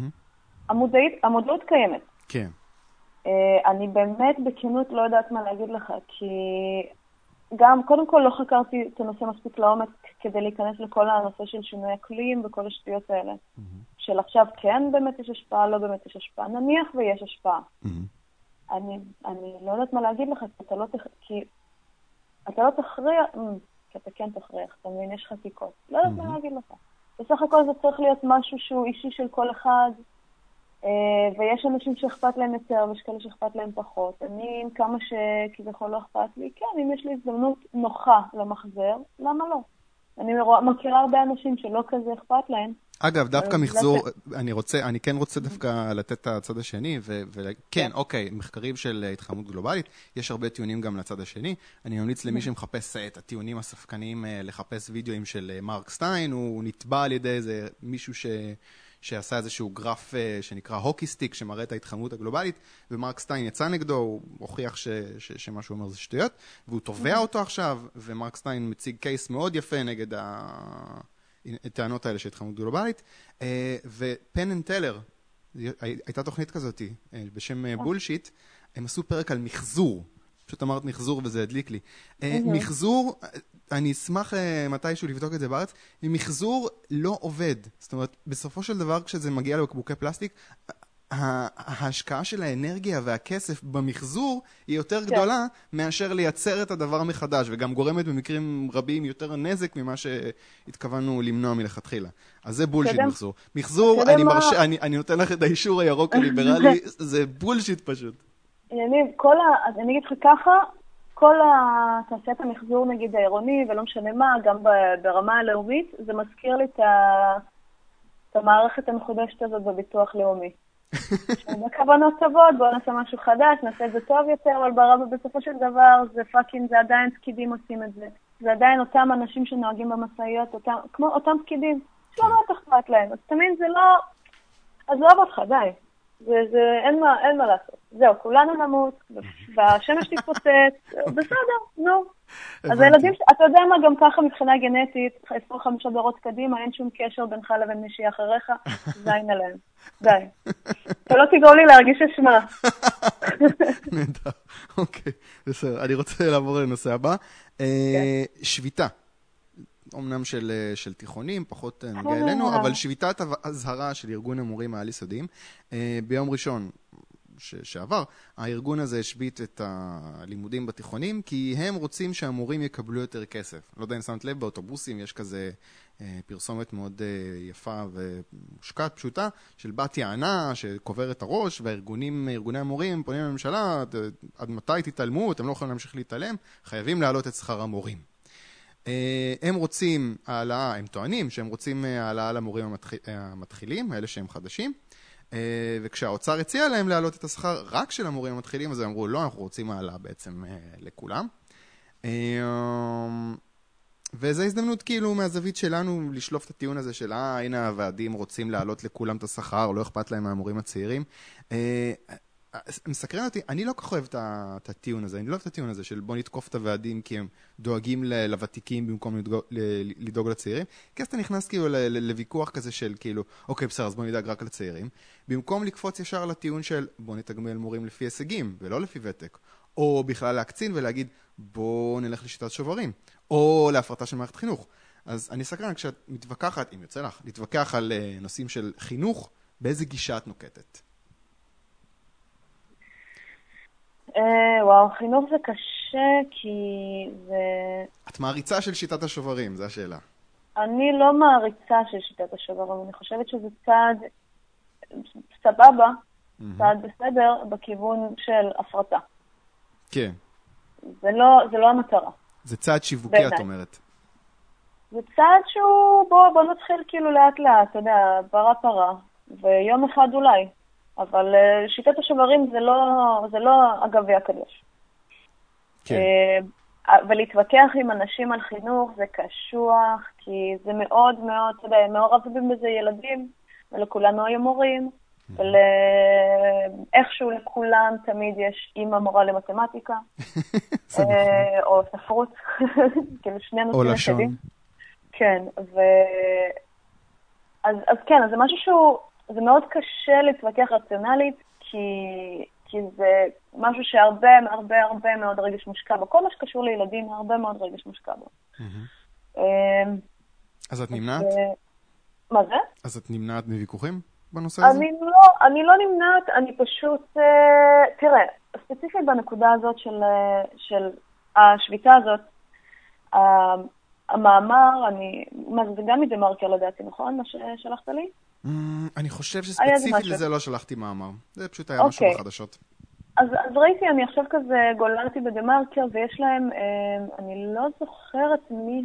המודעות קיימת. כן. אני באמת בכנות לא יודעת מה להגיד לך, כי גם, קודם כל לא חקרתי את הנושא מספיק לעומק כדי להיכנס לכל הנושא של שינוי אקלים וכל השטויות האלה. של עכשיו כן באמת יש השפעה, לא באמת יש השפעה. נניח ויש השפעה. אני, אני לא יודעת מה להגיד לך, כי אתה לא, תכ... כי אתה לא תכריח, כי אתה כן תכריח, אתה מבין, יש חקיקות. לא יודעת מה להגיד לך. בסך הכל זה צריך להיות משהו שהוא אישי של כל אחד, ויש אנשים שאכפת להם יותר, ויש כאלה שאכפת להם פחות. אני, עם כמה שכביכול לא אכפת לי, כן, אם יש לי הזדמנות נוחה למחזר, למה לא? אני מכירה הרבה אנשים שלא כזה אכפת להם. אגב, דווקא מחזור, אני רוצה, אני כן רוצה דווקא לתת את הצד השני, וכן, אוקיי, מחקרים של התחממות גלובלית, יש הרבה טיעונים גם לצד השני. אני ממליץ למי שמחפש את הטיעונים הספקניים לחפש וידאוים של מרק סטיין, הוא נתבע על ידי איזה מישהו ש... שעשה איזשהו גרף שנקרא הוקי סטיק, שמראה את ההתחממות הגלובלית, ומרק סטיין יצא נגדו, הוא הוכיח ש, ש, שמה שהוא אומר זה שטויות, והוא תובע אותו עכשיו, ומרק סטיין מציג קייס מאוד יפה נגד הטענות האלה של התחממות גלובלית, ופן אנד טלר, הייתה תוכנית כזאת, בשם בולשיט, הם עשו פרק על מחזור, פשוט אמרת מחזור וזה הדליק לי. מחזור, אני אשמח מתישהו לבדוק את זה בארץ, מחזור לא עובד. זאת אומרת, בסופו של דבר כשזה מגיע לבקבוקי פלסטיק, ההשקעה של האנרגיה והכסף במחזור היא יותר גדולה מאשר לייצר את הדבר מחדש, וגם גורמת במקרים רבים יותר נזק ממה שהתכוונו למנוע מלכתחילה. אז זה בולשיט מחזור. מחזור, אני נותן לך את האישור הירוק הליברלי, זה בולשיט פשוט. יניב, כל ה... אני אגיד לך ככה, כל תעשיית המחזור נגיד העירוני, ולא משנה מה, גם ברמה הלאומית, זה מזכיר לי את, ה... את המערכת המחודשת הזאת בביטוח לאומי. בכוונות טובות, בואו נעשה משהו חדש, נעשה את זה טוב יותר, אבל ברמה בסופו של דבר זה פאקינג, זה עדיין פקידים עושים את זה. זה עדיין אותם אנשים שנוהגים במשאיות, אותם, כמו אותם פקידים, שלא מאוד אכפת להם. אז תמיד זה לא... אז לא עבוד לך, די. זה, זה, אין מה, אין מה לעשות. זהו, כולנו נמות, והשמש תתפוצץ, בסדר, נו. אז הילדים, אתה יודע מה, גם ככה מבחינה גנטית, עשרים וחמישה דורות קדימה, אין שום קשר בינך לבין מישהי אחריך, זין עליהם. די. אתה לא תגרום לי להרגיש אשמה. נדע, אוקיי, בסדר. אני רוצה לעבור לנושא הבא. שביתה. אומנם של, של תיכונים, פחות נוגע אלינו, אבל שביתת הזהרה של ארגון המורים העל-יסודיים, ביום ראשון ש, שעבר, הארגון הזה השבית את הלימודים בתיכונים, כי הם רוצים שהמורים יקבלו יותר כסף. לא יודע אם שמת לב, באוטובוסים יש כזה פרסומת מאוד יפה ומושקעת, פשוטה, של בת יענה שקובר את הראש, והארגונים, ארגוני המורים פונים לממשלה, עד מתי תתעלמו, אתם לא יכולים להמשיך להתעלם, חייבים להעלות את שכר המורים. הם רוצים העלאה, הם טוענים שהם רוצים העלאה למורים המתחילים, האלה שהם חדשים, וכשהאוצר הציע להם להעלות את השכר רק של המורים המתחילים, אז הם אמרו, לא, אנחנו רוצים העלאה בעצם לכולם. וזו הזדמנות כאילו מהזווית שלנו לשלוף את הטיעון הזה של, אה, הנה הוועדים רוצים להעלות לכולם את השכר, לא אכפת להם מהמורים הצעירים. מסקרן אותי, אני לא כך אוהב את הטיעון הזה, אני לא אוהב את הטיעון הזה של בוא נתקוף את הוועדים כי הם דואגים לוותיקים במקום לדאוג לצעירים, כי אז אתה נכנס כאילו לוויכוח כזה של כאילו, אוקיי בסדר, אז בוא נדאג רק לצעירים, במקום לקפוץ ישר לטיעון של בוא נתגמל מורים לפי הישגים ולא לפי ותק, או בכלל להקצין ולהגיד בוא נלך לשיטת שוברים, או להפרטה של מערכת חינוך. אז אני סקרן כשאת מתווכחת, אם יוצא לך, להתווכח על נושאים של חינוך, באיזה גישה את נוקטת? וואו, חינוך זה קשה כי זה... את מעריצה של שיטת השוברים, זו השאלה. אני לא מעריצה של שיטת השוברים, אני חושבת שזה צעד סבבה, צעד בסדר, בכיוון של הפרטה. כן. זה לא, זה לא המטרה. זה צעד שיווקי, את אומרת. זה צעד שהוא, בוא, בוא נתחיל כאילו לאט לאט, אתה יודע, פרה פרה, ויום אחד אולי. אבל שיטת השוברים זה לא, זה לא הגביע הקדוש. כן. ולהתווכח עם אנשים על חינוך זה קשוח, כי זה מאוד מאוד, אתה יודע, מעורבים בזה ילדים, ולכולנו היו מורים, איכשהו לכולם תמיד יש אימא מורה למתמטיקה, או ספרות, כאילו שני נושאים יחידים. כן, ו... אז, אז כן, אז זה משהו שהוא, זה מאוד קשה להתווכח רציונלית, כי, כי זה משהו שהרבה, הרבה, הרבה מאוד רגש מושקע בו. כל מה שקשור לילדים, הרבה מאוד רגש מושקע בו. אז את נמנעת? מה זה? אז את נמנעת מוויכוחים בנושא הזה? אני לא, אני לא נמנעת, אני פשוט, תראה, ספציפית בנקודה הזאת של, של השביתה הזאת, המאמר, אני, מה זה, זה גם מדה מרקר לדעתי, נכון? מה ששלחת לי? אני חושב שספציפית לזה לא שלחתי מאמר. זה פשוט היה משהו בחדשות. אז, אז ראיתי, אני עכשיו כזה גוללתי בדה מרקר, ויש להם, אני לא זוכרת מי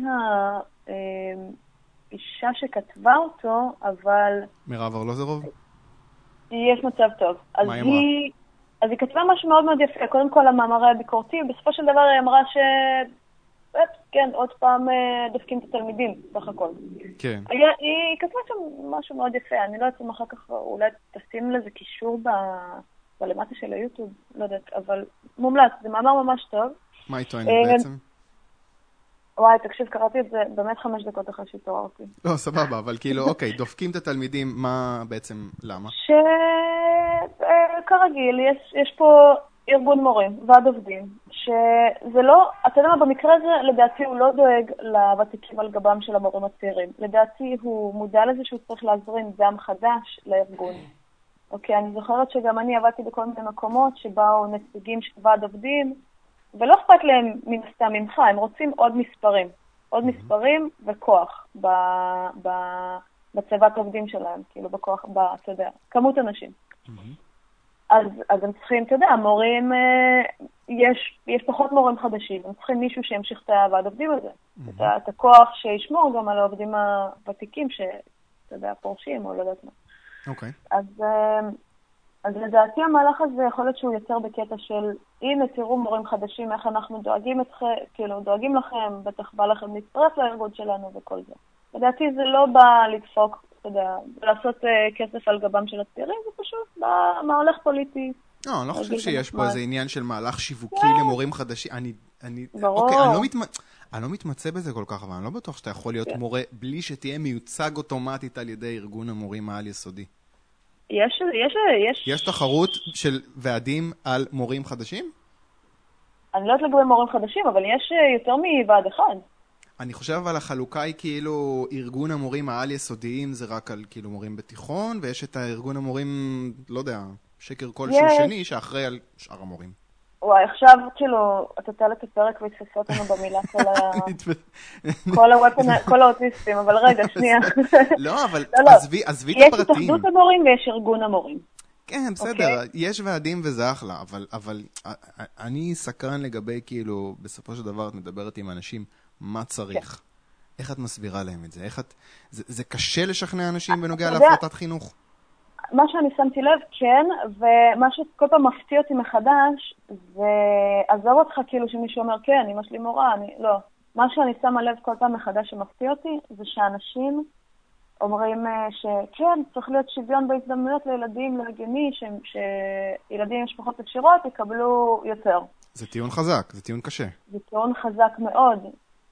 האישה שכתבה אותו, אבל... מירב ארלוזרוב? יש מצב טוב. מה היא אמרה? אז היא כתבה משהו מאוד מאוד יפה. קודם כל, המאמר היה ביקורתי, בסופו של דבר היא אמרה ש... כן, עוד פעם דופקים את התלמידים, בסך הכל. כן. היא, היא כתבה שם משהו מאוד יפה. אני לא יודעת אם אחר כך אולי תשים לזה קישור ב... בלמטה של היוטיוב, לא יודעת, אבל מומלץ, זה מאמר ממש טוב. מה היא טוענת בעצם? וואי, תקשיב, קראתי את זה באמת חמש דקות אחרי שהתעוררתי. לא, סבבה, אבל כאילו, אוקיי, דופקים את התלמידים, מה בעצם, למה? שכרגיל, יש, יש פה ארגון מורים, ועד עובדים, שזה לא, אתה יודע מה, במקרה הזה, לדעתי הוא לא דואג לוותיקים על גבם של המורים הצעירים. לדעתי הוא מודע לזה שהוא צריך להזרים דם חדש לארגון. אוקיי, אני זוכרת שגם אני עבדתי בכל מיני מקומות שבאו נציגים של ועד עובדים, ולא אכפת להם מן הסתם ממך, הם רוצים עוד מספרים. עוד מספרים וכוח ב, ב, בצוות עובדים שלהם, כאילו בכוח, ב, אתה יודע, כמות אנשים. אז, אז הם צריכים, אתה יודע, המורים, יש, יש פחות מורים חדשים, הם צריכים מישהו שימשיך את הוועד עובדים הזה. את, את הכוח שישמור גם על העובדים הוותיקים שאתה יודע, פורשים או לא יודעת מה. אוקיי. אז, אז לדעתי המהלך הזה יכול להיות שהוא יוצר בקטע של, הנה תראו מורים חדשים, איך אנחנו דואגים אתכם, כאילו דואגים לכם, בטח בא לכם להצטרף לארגון שלנו וכל זה. לדעתי זה לא בא לדפוק, אתה יודע, לעשות uh, כסף על גבם של הצעירים, זה פשוט בא, מה הולך פוליטי. לא, אני לא חושב שיש פה איזה עניין של מהלך שיווקי למורים חדשים. אני, אני, ברור. אוקיי, אני לא מתמצא, אני לא מתמצא בזה כל כך, אבל אני לא בטוח שאתה יכול להיות מורה בלי שתהיה מיוצג אוטומטית על ידי ארגון המורים העל יסודי. יש, יש, יש... יש תחרות של ועדים על מורים חדשים? אני לא יודעת לגבי מורים חדשים, אבל יש יותר מוועד אחד. אני חושב אבל החלוקה היא כאילו ארגון המורים העל יסודיים זה רק על כאילו מורים בתיכון, ויש את הארגון המורים, לא יודע, שקר כלשהו שני, שאחראי על שאר המורים. וואי, עכשיו כאילו, אתה תעלה את הפרק והתפסה אותנו במילה כל האוטיסטים, אבל רגע, שנייה. לא, אבל עזבי את הפרטים. יש התאחדות המורים ויש ארגון המורים. כן, בסדר, יש ועדים וזה אחלה, אבל אני סקרן לגבי כאילו, בסופו של דבר את מדברת עם אנשים, מה צריך? איך את מסבירה להם את זה? זה קשה לשכנע אנשים בנוגע להפרטת חינוך? מה שאני שמתי לב, כן, ומה שכל פעם מפתיע אותי מחדש, זה עזוב אותך כאילו שמישהו אומר, כן, אמא שלי מורה, אני, לא. מה שאני שמה לב כל פעם מחדש שמפתיע אותי, זה שאנשים אומרים שכן, צריך להיות שוויון בהזדמנויות לילדים להגיוני, שילדים עם משפחות עשירות יקבלו יותר. זה טיעון חזק, זה טיעון קשה. זה טיעון חזק מאוד.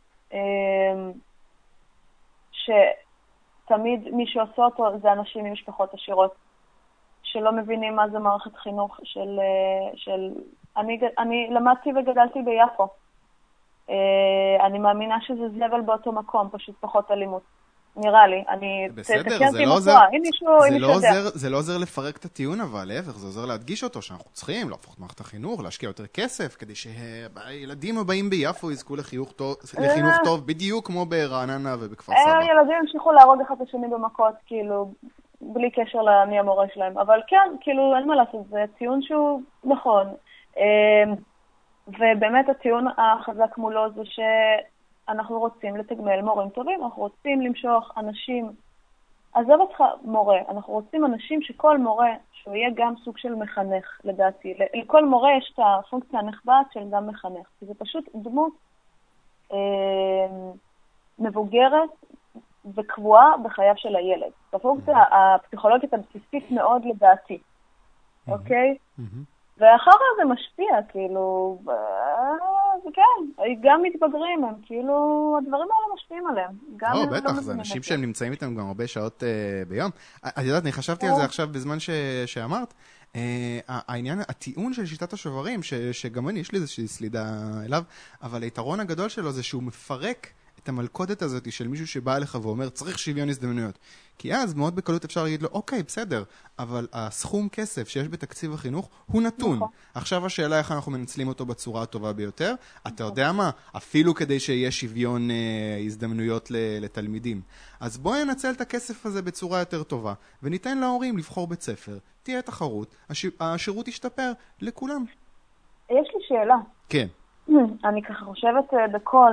ש... תמיד מי שעושה אותו זה אנשים ממשפחות עשירות, שלא מבינים מה זה מערכת חינוך של... של... אני, אני למדתי וגדלתי ביפו. אני מאמינה שזה זבל באותו מקום, פשוט פחות אלימות. נראה לי. אני... בסדר, זה לא עוזר... זה לא עוזר, זה לא עוזר לפרק את הטיעון, אבל להפך, זה עוזר להדגיש אותו, שאנחנו צריכים להפוך את מערכת החינוך, להשקיע יותר כסף, כדי שהילדים הבאים ביפו יזכו לחינוך טוב, לחינוך טוב, בדיוק כמו ברעננה ובכפר סבא. ילדים המשיכו להרוג אחד השני במכות, כאילו, בלי קשר למי המורה שלהם. אבל כן, כאילו, אין מה לעשות, זה טיעון שהוא נכון. ובאמת הטיעון החזק מולו זה ש... אנחנו רוצים לתגמל מורים טובים, אנחנו רוצים למשוך אנשים, עזוב אותך מורה, אנחנו רוצים אנשים שכל מורה, שהוא יהיה גם סוג של מחנך, לדעתי. לכל מורה יש את הפונקציה הנחבאת של גם מחנך. זה פשוט דמות אה, מבוגרת וקבועה בחייו של הילד. הפונקציה הפסיכולוגית הבסיסית מאוד לדעתי, אוקיי? ואחר כך זה משפיע, כאילו, כן, גם מתבגרים הם, כאילו, הדברים האלה משפיעים עליהם. לא, בטח, זה אנשים שהם נמצאים איתם גם הרבה שעות ביום. את יודעת, אני חשבתי על זה עכשיו בזמן שאמרת, העניין, הטיעון של שיטת השוברים, שגם אני, יש לי איזושהי סלידה אליו, אבל היתרון הגדול שלו זה שהוא מפרק את המלכודת הזאת של מישהו שבא אליך ואומר, צריך שוויון הזדמנויות. כי אז מאוד בקלות אפשר להגיד לו, אוקיי, בסדר, אבל הסכום כסף שיש בתקציב החינוך הוא נתון. נכון. עכשיו השאלה איך אנחנו מנצלים אותו בצורה הטובה ביותר. נכון. אתה יודע מה? אפילו כדי שיהיה שוויון אה, הזדמנויות לתלמידים. אז בואי ננצל את הכסף הזה בצורה יותר טובה, וניתן להורים לבחור בית ספר. תהיה תחרות, הש... השירות ישתפר לכולם. יש לי שאלה. כן. אני ככה חושבת בכל...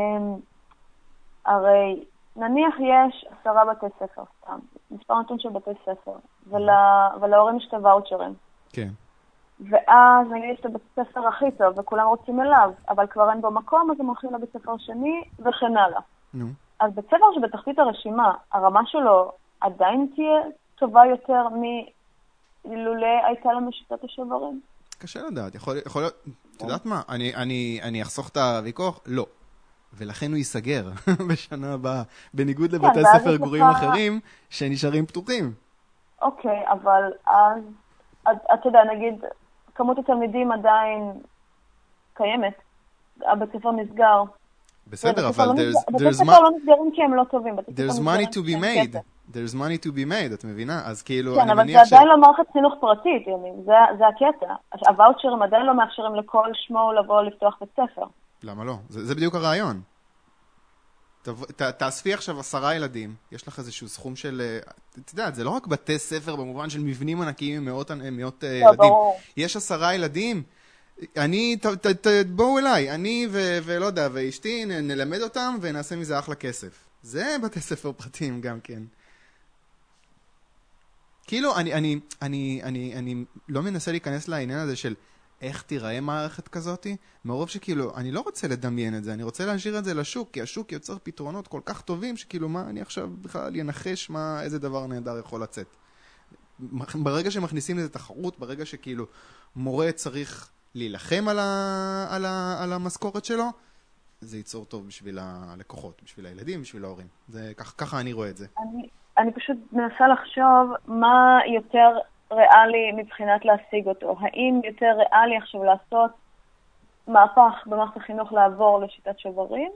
הרי נניח יש עשרה בתי ספר, סתם, מספר נתון של בתי ספר, ולה, ולהורים יש את הוואוצ'רים. כן. ואז נגיד יש את הבית ספר הכי טוב, וכולם רוצים אליו, אבל כבר אין בו מקום, אז הם הולכים לבית ספר שני, וכן הלאה. נו. אז בית ספר שבתחתית הרשימה, הרמה שלו עדיין תהיה טובה יותר מלולא הייתה לנו שיטת השוברים? קשה לדעת, יכול, יכול להיות, את יודעת מה, אני, אני, אני אחסוך את הוויכוח? לא. ולכן הוא ייסגר בשנה הבאה, בניגוד לבתי ספר גרועים אחרים שנשארים פתוחים. אוקיי, אבל אז, אתה יודע, נגיד, כמות התלמידים עדיין קיימת, הבית ספר נסגר. בסדר, אבל בתי ספר לא נסגרים כי הם לא טובים. There's money to be made. There's money to be made, את מבינה? אז כאילו, כן, אבל זה עדיין לא מערכת חינוך פרטית, זה הקטע. הוואוצ'רים עדיין לא מאפשרים לכל שמו לבוא לפתוח בית ספר. למה לא? זה בדיוק הרעיון. תאספי עכשיו עשרה ילדים, יש לך איזשהו סכום של, את יודעת, זה לא רק בתי ספר במובן של מבנים ענקיים עם מאות, מאות ילדים. יש עשרה ילדים, אני, בואו אליי, אני ולא יודע, ואשתי, נלמד אותם ונעשה מזה אחלה כסף. זה בתי ספר פרטיים גם כן. כאילו, אני, אני, אני, אני, אני לא מנסה להיכנס לעניין הזה של איך תיראה מערכת כזאת, מרוב שכאילו, אני לא רוצה לדמיין את זה, אני רוצה להשאיר את זה לשוק, כי השוק יוצר פתרונות כל כך טובים, שכאילו, מה אני עכשיו בכלל ינחש מה, איזה דבר נהדר יכול לצאת. ברגע שמכניסים לזה תחרות, ברגע שכאילו, מורה צריך להילחם על, ה, על, ה, על המשכורת שלו, זה ייצור טוב בשביל הלקוחות, בשביל הילדים, בשביל ההורים. זה, כך, ככה אני רואה את זה. אני, אני פשוט מנסה לחשוב מה יותר ריאלי מבחינת להשיג אותו. האם יותר ריאלי עכשיו לעשות מהפך במערכת החינוך לעבור לשיטת שוברים,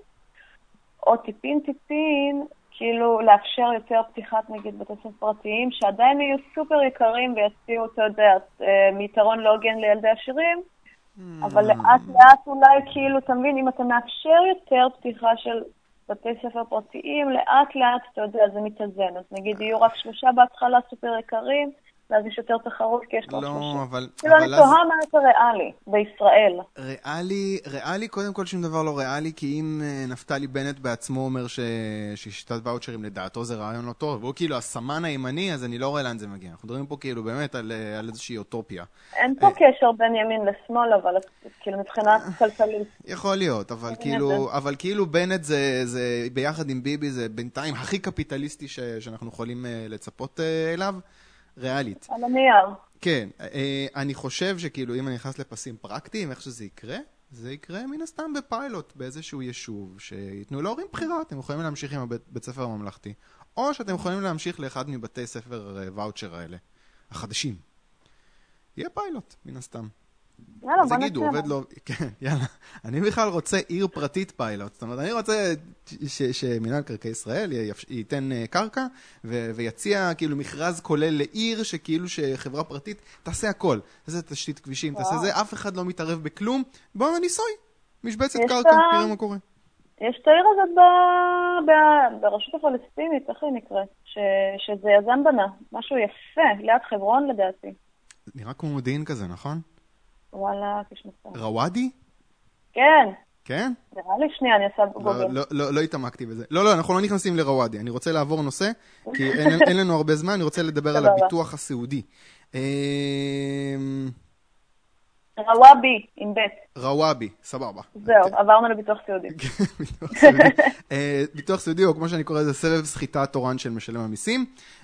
או טיפין טיפין, כאילו לאפשר יותר פתיחת נגיד בתי ספר פרטיים, שעדיין יהיו סופר יקרים ויציעו אותו דעת מיתרון לא הוגן לילדי עשירים, אבל לאט לאט אולי כאילו, תמבין, אם אתה מאפשר יותר פתיחה של בתי ספר פרטיים, לאט לאט, אתה יודע, זה מתאזן. אז נגיד יהיו רק שלושה בהתחלה סופר יקרים, ואז יש יותר תחרות כי יש לו שלושה. לא, אבל... כאילו אני תוהה מה יותר ריאלי בישראל. ריאלי, ריאלי, קודם כל שום דבר לא ריאלי, כי אם נפתלי בנט בעצמו אומר ששיטת ואוצ'רים לדעתו זה רעיון לא טוב, והוא כאילו הסמן הימני, אז אני לא רואה לאן זה מגיע. אנחנו מדברים פה כאילו באמת על, על איזושהי אוטופיה. אין פה קשר בין ימין לשמאל, אבל כאילו מבחינת כלכלית. יכול להיות, אבל כאילו, אבל כאילו בנט זה, זה ביחד עם ביבי, זה בינתיים הכי קפיטליסטי ש, שאנחנו יכולים לצפות אליו. ריאלית. על הנייר. כן, אני חושב שכאילו אם אני נכנס לפסים פרקטיים, איך שזה יקרה, זה יקרה מן הסתם בפיילוט באיזשהו יישוב, שיתנו להורים בחירה, אתם יכולים להמשיך עם הבית ספר הממלכתי, או שאתם יכולים להמשיך לאחד מבתי ספר ואוצ'ר האלה, החדשים. יהיה פיילוט, מן הסתם. יאללה, אז יגידו, עובד לא... כן, יאללה. אני בכלל רוצה עיר פרטית פיילוט. זאת אומרת, אני רוצה שמינהל קרקעי ישראל ייתן קרקע ויציע כאילו מכרז כולל לעיר שכאילו שחברה פרטית תעשה הכל. תעשה תשתית כבישים, תעשה זה, אף אחד לא מתערב בכלום. בואו ניסוי. משבצת קרקע, תראה מה קורה. יש את העיר הזאת ברשות הפלסטינית, איך היא נקראת? שזה יזם בנה. משהו יפה, ליד חברון לדעתי. נראה כמו מודיעין כזה, נכון? וואלה, כשמצא. רוואדי? כן. כן? נראה לי שנייה, אני עושה בגוגל. לא, לא, לא התעמקתי בזה. לא, לא, אנחנו לא נכנסים לרוואדי. אני רוצה לעבור נושא, כי אין, אין לנו הרבה זמן, אני רוצה לדבר על הביטוח הסיעודי. רוואבי, עם בית. רוואבי, סבבה. זהו, עברנו לביטוח סיעודי. ביטוח סיעודי, או כמו שאני קורא לזה, סבב סחיטה תורן של משלם המיסים.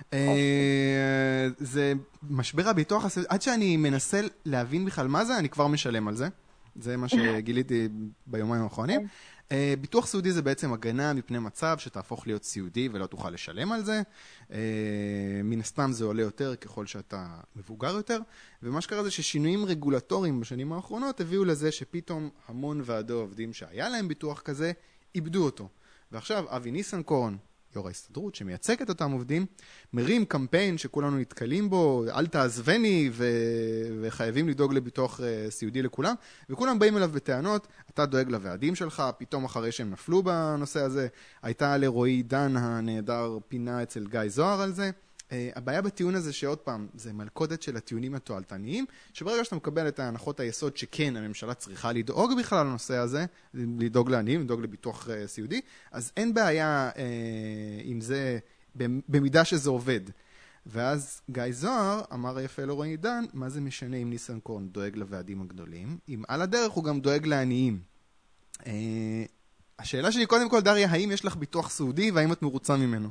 זה משבר הביטוח הסיעודי, עד שאני מנסה להבין בכלל מה זה, אני כבר משלם על זה. זה מה שגיליתי ביומיים האחרונים. ביטוח סיעודי זה בעצם הגנה מפני מצב שתהפוך להיות סיעודי ולא תוכל לשלם על זה. מן הסתם זה עולה יותר ככל שאתה מבוגר יותר. ומה שקרה זה ששינויים רגולטוריים בשנים האחרונות הביאו לזה שפתאום המון ועדי עובדים שהיה להם ביטוח כזה, איבדו אותו. ועכשיו אבי ניסנקורן, יו"ר ההסתדרות שמייצג את אותם עובדים, מרים קמפיין שכולנו נתקלים בו, אל תעזבני ו... וחייבים לדאוג לביטוח סיעודי לכולם, וכולם באים אליו בטענות, אתה דואג לוועדים שלך, פתאום אחרי שהם נפלו בנושא הזה, הייתה לרועי דן הנהדר פינה אצל גיא זוהר על זה. הבעיה בטיעון הזה שעוד פעם, זה מלכודת של הטיעונים התועלתניים, שברגע שאתה מקבל את ההנחות היסוד שכן, הממשלה צריכה לדאוג בכלל לנושא הזה, לדאוג לעניים, לדאוג לביטוח סיעודי, אז אין בעיה אה, עם זה במידה שזה עובד. ואז גיא זוהר אמר יפה לרועי דן, מה זה משנה אם ניסנקורן דואג לוועדים הגדולים, אם על הדרך הוא גם דואג לעניים. אה, השאלה שלי קודם כל, דריה, האם יש לך ביטוח סיעודי והאם את מרוצה ממנו?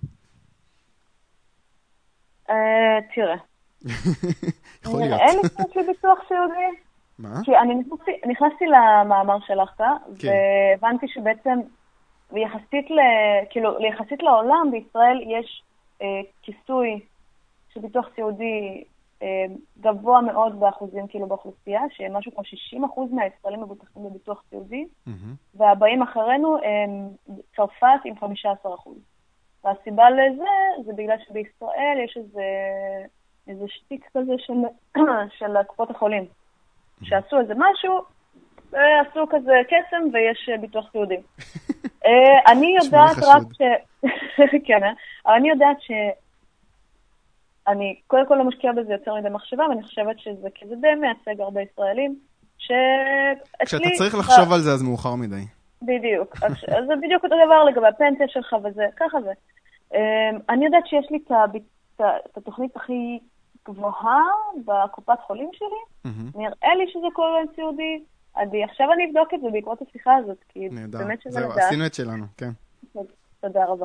תראה. יכול להיות. אין לי שיש לי ביטוח סיעודי. מה? כי אני נכנסתי למאמר שלך, והבנתי שבעצם יחסית ל... כאילו, יחסית לעולם בישראל יש כיסוי של ביטוח סיעודי גבוה מאוד באחוזים כאילו באוכלוסייה, שמשהו כמו שישים אחוז מהישראלים מבוטחים בביטוח סיעודי, והבאים אחרינו הם צרפת עם חמישה עשר אחוז. והסיבה לזה, זה בגלל שבישראל יש איזה, איזה שטיק כזה של, של קופות החולים, שעשו איזה משהו, עשו כזה קסם ויש ביטוח סיעודי. אני יודעת רק ש... כן, אני יודעת ש... אני קודם כל לא משקיעה בזה יותר מדי מחשבה, ואני חושבת שזה כזה די מייצג הרבה ישראלים, ש... כשאתה צריך לחשוב על זה, אז מאוחר מדי. בדיוק. אז זה בדיוק אותו דבר לגבי הפנסיה שלך וזה, ככה זה. אני יודעת שיש לי את התוכנית הכי גבוהה בקופת חולים שלי. נראה לי שזה כולל סיעודי. עכשיו אני אבדוק את זה בעקבות השיחה הזאת, כי באמת שזה לדעת. זהו, עשינו את שלנו, כן. תודה רבה.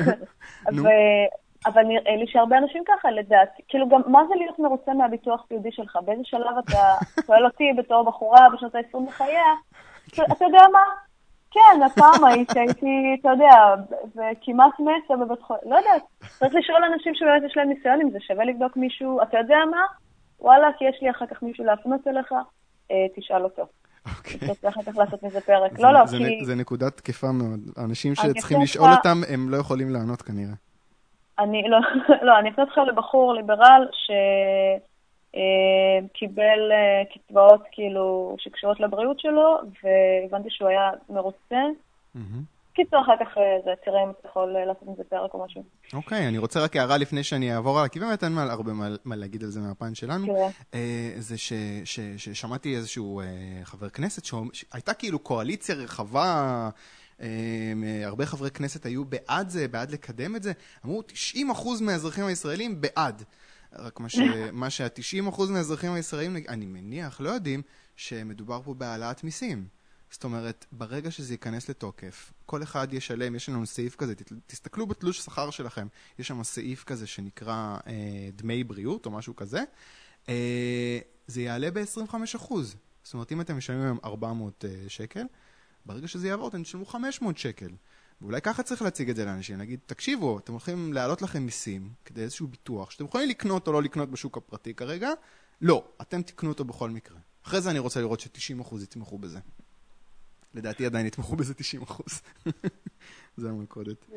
אבל נראה לי שהרבה אנשים ככה, לדעת. כאילו גם, מה זה להיות מרוצה מהביטוח סיעודי שלך? באיזה שלב אתה שואל אותי בתור בחורה בשנות ה-עשרים לחייה? אתה יודע מה? כן, הפעם הייתי, אתה יודע, וכמעט מתה בבית חולים. לא יודעת, צריך לשאול אנשים שבאמת יש להם ניסיון אם זה שווה לבדוק מישהו. אתה יודע מה? וואלה, כי יש לי אחר כך מישהו להפנות אליך, תשאל אותו. אוקיי. אתה צריך אחר כך לעשות מזה פרק. לא, לא, כי... זה נקודת תקפה מאוד. האנשים שצריכים לשאול אותם, הם לא יכולים לענות כנראה. אני, לא, לא, אני אפנות לך לבחור ליברל שקיבל קצבאות כאילו שקשורות לבריאות שלו, והבנתי שהוא היה מרוצה. קיצור אחר כך זה, תראה אם אתה יכול לעשות מזה פרק או משהו. אוקיי, אני רוצה רק הערה לפני שאני אעבור עליה, כי באמת אין הרבה מה להגיד על זה מהפן שלנו. זה ששמעתי איזשהו חבר כנסת, שהייתה כאילו קואליציה רחבה, הרבה חברי כנסת היו בעד זה, בעד לקדם את זה. אמרו, תשעים אחוז מהאזרחים הישראלים בעד. רק מה שה-תשעים אחוז מהאזרחים הישראלים, אני מניח, לא יודעים, שמדובר פה בהעלאת מיסים. זאת אומרת, ברגע שזה ייכנס לתוקף, כל אחד ישלם, יש לנו סעיף כזה, תסתכלו בתלוש שכר שלכם, יש שם סעיף כזה שנקרא אה, דמי בריאות או משהו כזה, אה, זה יעלה ב-עשרים וחמישה אחוז. זאת אומרת, אם אתם משלמים היום ארבע מאות אה, שקל, ברגע שזה יעבור, אתם תשלמו חמש מאות שקל. ואולי ככה צריך להציג את זה לאנשים, נגיד, תקשיבו, אתם הולכים להעלות לכם מיסים, כדי איזשהו ביטוח, שאתם יכולים לקנות או לא לקנות בשוק הפרטי כרגע, לא, אתם תקנו אותו בכל מקרה. אחרי זה אני רוצה לראות ש-תשעים אחוז יתמכו בזה. לדעתי עדיין יתמכו בזה תשעים אחוז. זה המלכודת.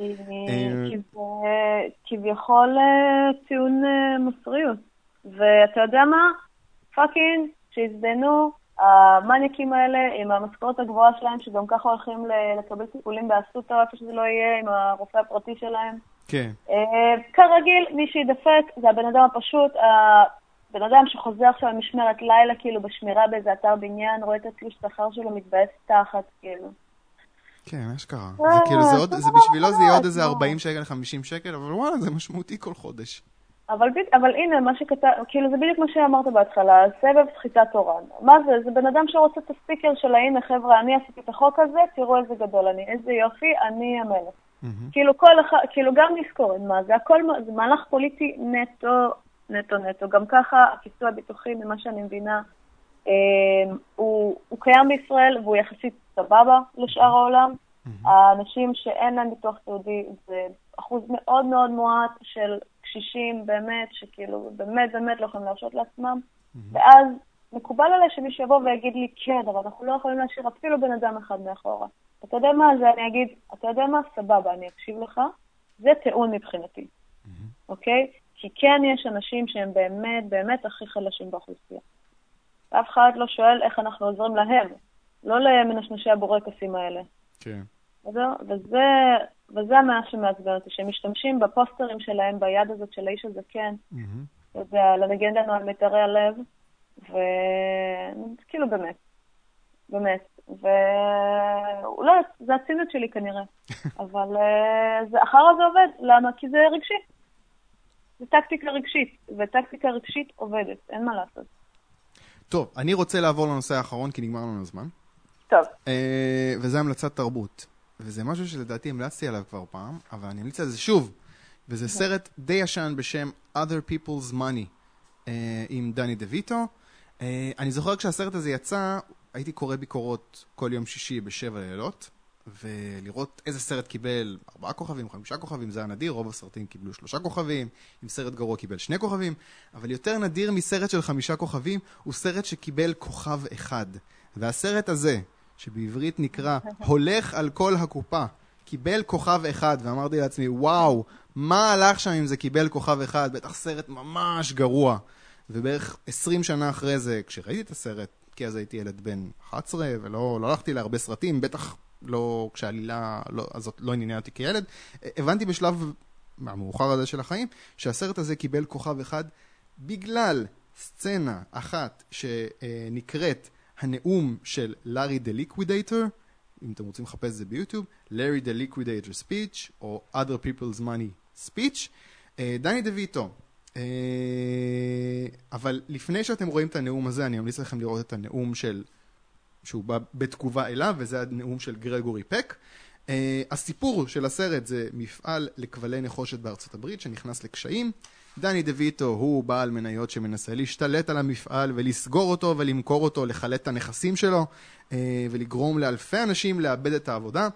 כביכול טיעון מוסריות. ואתה יודע מה? פאקינג, שהזדנו המניאקים האלה עם המשכורת הגבוהה שלהם, שגם ככה הולכים לקבל טיפולים באסותא, איפה שזה לא יהיה, עם הרופא הפרטי שלהם. כן. כרגיל, מי שידפק זה הבן אדם הפשוט, בן אדם שחוזר עכשיו משמרת לילה, כאילו בשמירה באיזה אתר בניין, רואה את התלוש שכר שלו מתבאס תחת, כאילו. כן, מה שקרה? זה כאילו, זה בשבילו זה יהיה עוד איזה ארבעים שקל, חמישים שקל, אבל וואלה, זה משמעותי כל חודש. אבל, אבל הנה, מה שכתב, כאילו זה בדיוק מה שאמרת בהתחלה, סבב סחיטת תורן. מה זה? זה בן אדם שרוצה את הספיקר של הנה, חבר'ה, אני עשיתי את החוק הזה, תראו איזה גדול אני, איזה יופי, אני המלך. Mm-hmm. כאילו, כל, כאילו גם נזכור, מה זה? הכל, זה מהלך פוליטי נטו, נטו, נטו. גם ככה, הכיסוי הביטוחי, ממה שאני מבינה, אה, הוא, הוא קיים בישראל, והוא יחסית סבבה לשאר העולם. Mm-hmm. האנשים שאין להם ביטוח סיעודי, זה אחוז מאוד מאוד מועט של קשישים, באמת, שכאילו, באמת, באמת לא יכולים להרשות לעצמם. Mm-hmm. ואז מקובל עליי שמישהו יבוא ויגיד לי, כן, אבל אנחנו לא יכולים להשאיר אפילו בן אדם אחד מאחורה. אתה יודע מה? זה אני אגיד, אתה יודע מה? סבבה, אני אקשיב לך. זה טיעון מבחינתי. Mm-hmm. אוקיי? כי כן יש אנשים שהם באמת, באמת הכי חלשים באוכלוסייה. ואף אחד לא שואל איך אנחנו עוזרים להם. לא למנשנשי הבורקסים האלה. כן. Okay. וזה, וזה מה שמעצבן אותי, שהם משתמשים בפוסטרים שלהם, ביד הזאת של האיש הזה, כן. Mm-hmm. וזה לנגן לנו על מיתרי הלב. וכאילו באמת. באמת. ואולי זה הצינות שלי כנראה. אבל זה, אחר זה עובד. למה? כי זה רגשי. זה טקטיקה רגשית. וטקטיקה רגשית עובדת. אין מה לעשות. טוב, אני רוצה לעבור לנושא האחרון, כי נגמר לנו הזמן. טוב. וזה המלצת תרבות. וזה משהו שלדעתי המלצתי עליו כבר פעם, אבל אני המליץ על זה שוב. וזה סרט די ישן בשם Other People's Money, עם דני דוויטו. אני זוכר כשהסרט הזה יצא, הייתי קורא ביקורות כל יום שישי בשבע לילות, ולראות איזה סרט קיבל ארבעה כוכבים, חמישה כוכבים, זה היה נדיר, רוב הסרטים קיבלו שלושה כוכבים, אם סרט גרוע קיבל שני כוכבים, אבל יותר נדיר מסרט של חמישה כוכבים, הוא סרט שקיבל כוכב אחד. והסרט הזה, שבעברית נקרא הולך על כל הקופה, קיבל כוכב אחד, ואמרתי לעצמי, וואו, מה הלך שם אם זה קיבל כוכב אחד? בטח סרט ממש גרוע. ובערך עשרים שנה אחרי זה, כשראיתי את הסרט, כי אז הייתי ילד בן אחת עשרה, ולא לא הלכתי להרבה סרטים, בטח לא, כשהעלילה לא, הזאת לא עניינה אותי כילד, הבנתי בשלב המאוחר הזה של החיים, שהסרט הזה קיבל כוכב אחד, בגלל סצנה אחת שנקראת הנאום של לארי דה ליקווידייטר, אם אתם רוצים לחפש זה ביוטיוב, לארי דה ליקווידייטר ספיץ' או Other People's Money ספיץ', דני דוויטו. אבל לפני שאתם רואים את הנאום הזה, אני ממליץ לכם לראות את הנאום של, שהוא בא בתגובה אליו, וזה הנאום של גרגורי פק. הסיפור של הסרט זה מפעל לכבלי נחושת בארצות הברית שנכנס לקשיים. דני דוויטו הוא בעל מניות שמנסה להשתלט על המפעל ולסגור אותו ולמכור אותו, לחלט את הנכסים שלו ולגרום לאלפי אנשים לאבד את העבודה.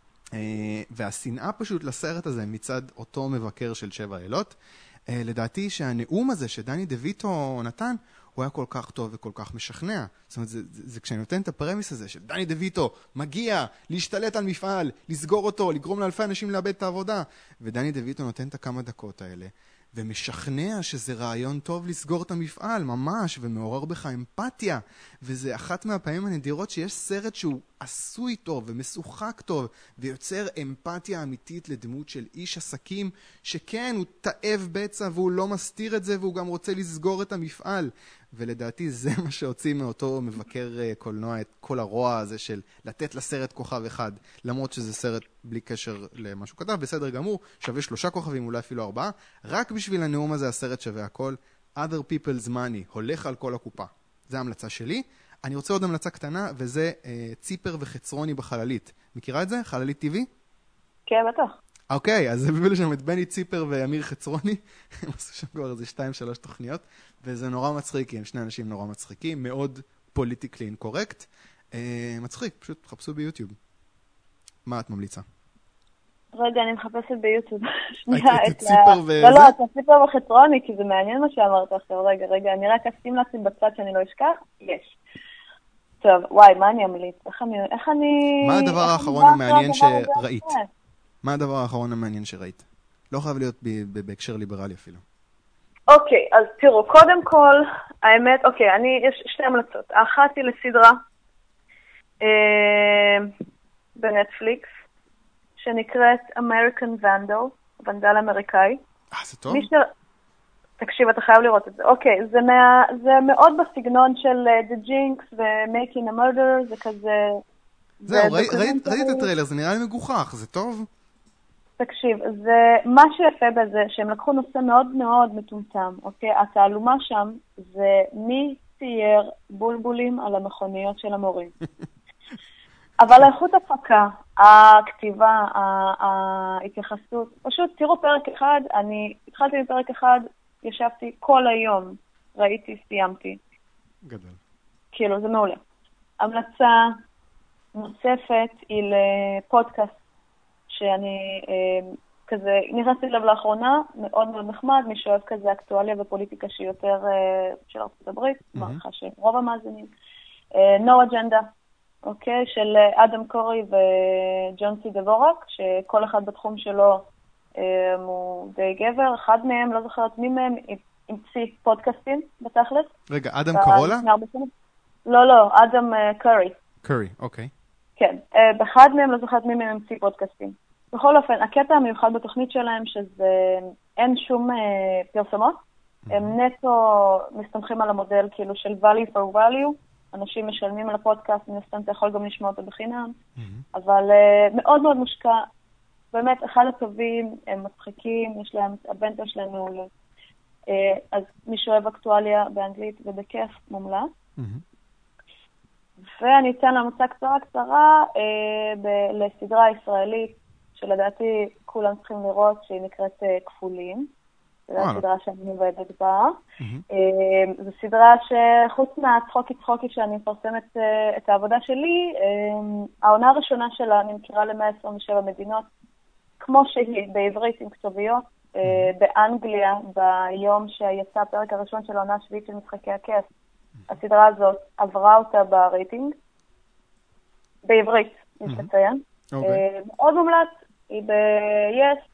והשנאה פשוט לסרט הזה מצד אותו מבקר של שבע לילות. לדעתי שהנאום הזה שדני דוויטו נתן, הוא היה כל כך טוב וכל כך משכנע. זאת אומרת, זה, זה, זה כשאני נותן את הפרמיס הזה של דני דוויטו מגיע להשתלט על מפעל, לסגור אותו, לגרום לאלפי אנשים לאבד את העבודה. ודני דוויטו נותן את הכמה דקות האלה, ומשכנע שזה רעיון טוב לסגור את המפעל, ממש, ומעורר בך אמפתיה. וזה אחת מהפעמים הנדירות שיש סרט שהוא עשוי טוב ומשוחק טוב, ויוצר אמפתיה אמיתית לדמות של איש עסקים, שכן, הוא תאב בצע והוא לא מסתיר את זה, והוא גם רוצה לסגור את המפעל. ולדעתי זה מה שהוציא מאותו מבקר קולנוע את כל הרוע הזה של לתת לסרט כוכב אחד, למרות שזה סרט בלי קשר למה שהוא כתב, בסדר גמור, שווה שלושה כוכבים, אולי אפילו ארבעה, רק בשביל הנאום הזה הסרט שווה הכל. Other People's Money, הולך על כל הקופה. זה ההמלצה שלי. אני רוצה עוד המלצה קטנה, וזה אה, ציפר וחצרוני בחללית. מכירה את זה? חללית טבעי? כן, בטח. אוקיי, אז הביאו שם את בני ציפר ואמיר חצרוני, הם עשו שם כבר איזה שתיים, שלוש תוכניות, וזה נורא מצחיק, כי הם שני אנשים נורא מצחיקים, מאוד פוליטיקלי אינקורקט. אה, מצחיק, פשוט חפשו ביוטיוב. מה את ממליצה? רגע, אני מחפשת ביוטיוב. את ציפר וזה? לא, לא, את ציפר וחצרוני, כי זה מעניין מה שאמרת עכשיו. רגע, רגע, אני רק אשים לעצים בצד שאני לא אשכח. יש. טוב, וואי, מה אני אמליץ? איך אני... איך אני... מה הדבר האחרון המעניין שראית? מה הדבר האחרון המעניין שראית? לא חייב להיות בהקשר ליברלי אפילו. אוקיי, אז תראו, קודם כל, האמת, אוקיי, אני, יש שתי המלצות. האחת היא לסדרה בנטפליקס, שנקראת American Vandal, ונדל אמריקאי. אה, זה טוב? ש... תקשיב, אתה חייב לראות את זה. אוקיי, זה, מה... זה מאוד בסגנון של uh, The Jinx ו-Making a Murder, זה כזה... זהו, ראית ראית את הטריילר, זה נראה לי מגוחך, זה טוב? תקשיב, זה, מה שיפה בזה, שהם לקחו נושא מאוד מאוד מטומטם, אוקיי? התעלומה שם זה מי צייר בולבולים על המכוניות של המורים. אבל האיכות הפקה, הכתיבה, ההתייחסות, פשוט תראו פרק אחד, אני התחלתי מפרק אחד, ישבתי כל היום, ראיתי, סיימתי. גדול. כאילו, זה מעולה. המלצה נוספת היא לפודקאסט, שאני אה, כזה, נכנסתי אליו לאחרונה, מאוד מאוד נחמד, מי שאוהב כזה אקטואליה ופוליטיקה שהיא יותר אה, של ארצות הברית, mm-hmm. מערכה שרוב המאזינים. אה, No Agenda, אוקיי, של אדם קורי וג'ון סי דבורק, שכל אחד בתחום שלו אה, הוא די גבר, אחד מהם, לא זוכרת מי מהם, המציא פודקאסטים בתכלס. רגע, אדם קרולה? לא, לא, אדם אה, קורי. קורי, אוקיי. כן, באחד מהם לא זוכרת מי מהם המציא פודקאסטים. בכל אופן, הקטע המיוחד בתוכנית שלהם שזה אין שום אה, פרסומות, mm-hmm. הם נטו מסתמכים על המודל כאילו של value for value, אנשים משלמים על הפודקאסט, מן הסתם אתה יכול גם לשמוע אותו בחינם, mm-hmm. אבל אה, מאוד מאוד מושקע, באמת אחד הטובים, הם מצחיקים, יש להם, הבנטר שלהם מעולה. אה, אז מי שאוהב אקטואליה באנגלית ובכיף מומלץ. Mm-hmm. ואני אתן למוצא קצרה קצרה אה, ב- לסדרה ישראלית, שלדעתי כולם צריכים לראות, שהיא נקראת אה, כפולים. זו סדרה שאני עובדת בה. Mm-hmm. אה, זו סדרה שחוץ מהצחוקי צחוקי שאני מפרסמת אה, את העבודה שלי, אה, העונה הראשונה שלה נמכרה ל-מאה עשרים ושבע מדינות, כמו שהיא בעברית עם כתוביות, אה, mm-hmm. באנגליה, ביום שיצא הפרק הראשון של העונה השביעית של משחקי הכס. הסדרה הזאת עברה אותה ברייטינג, בעברית, יש לציין. מאוד מומלץ, היא ב-yes,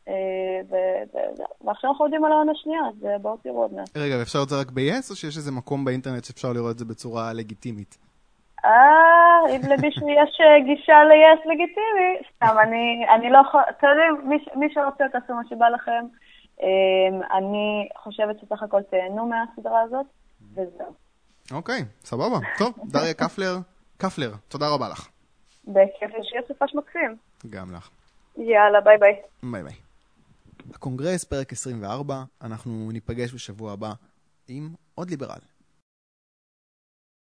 ועכשיו אנחנו יודעים על העונה השנייה, אז בואו תראו עוד מעט. רגע, ואפשר לראות זה רק ב-yes, או שיש איזה מקום באינטרנט שאפשר לראות את זה בצורה לגיטימית? אה, אם למישהו יש גישה ל-yes לגיטימי, סתם, אני לא יכול, אתם יודעים, מי שרוצה תעשו מה שבא לכם, אני חושבת שסך הכל תהנו מהסדרה הזאת, וזהו. אוקיי, סבבה. טוב, דריה קפלר, קפלר, תודה רבה לך. בכיף, שיהיה סופש מקסים. גם לך. יאללה, ביי ביי. ביי ביי. הקונגרס, פרק עשרים וארבע, אנחנו ניפגש בשבוע הבא עם עוד ליברל.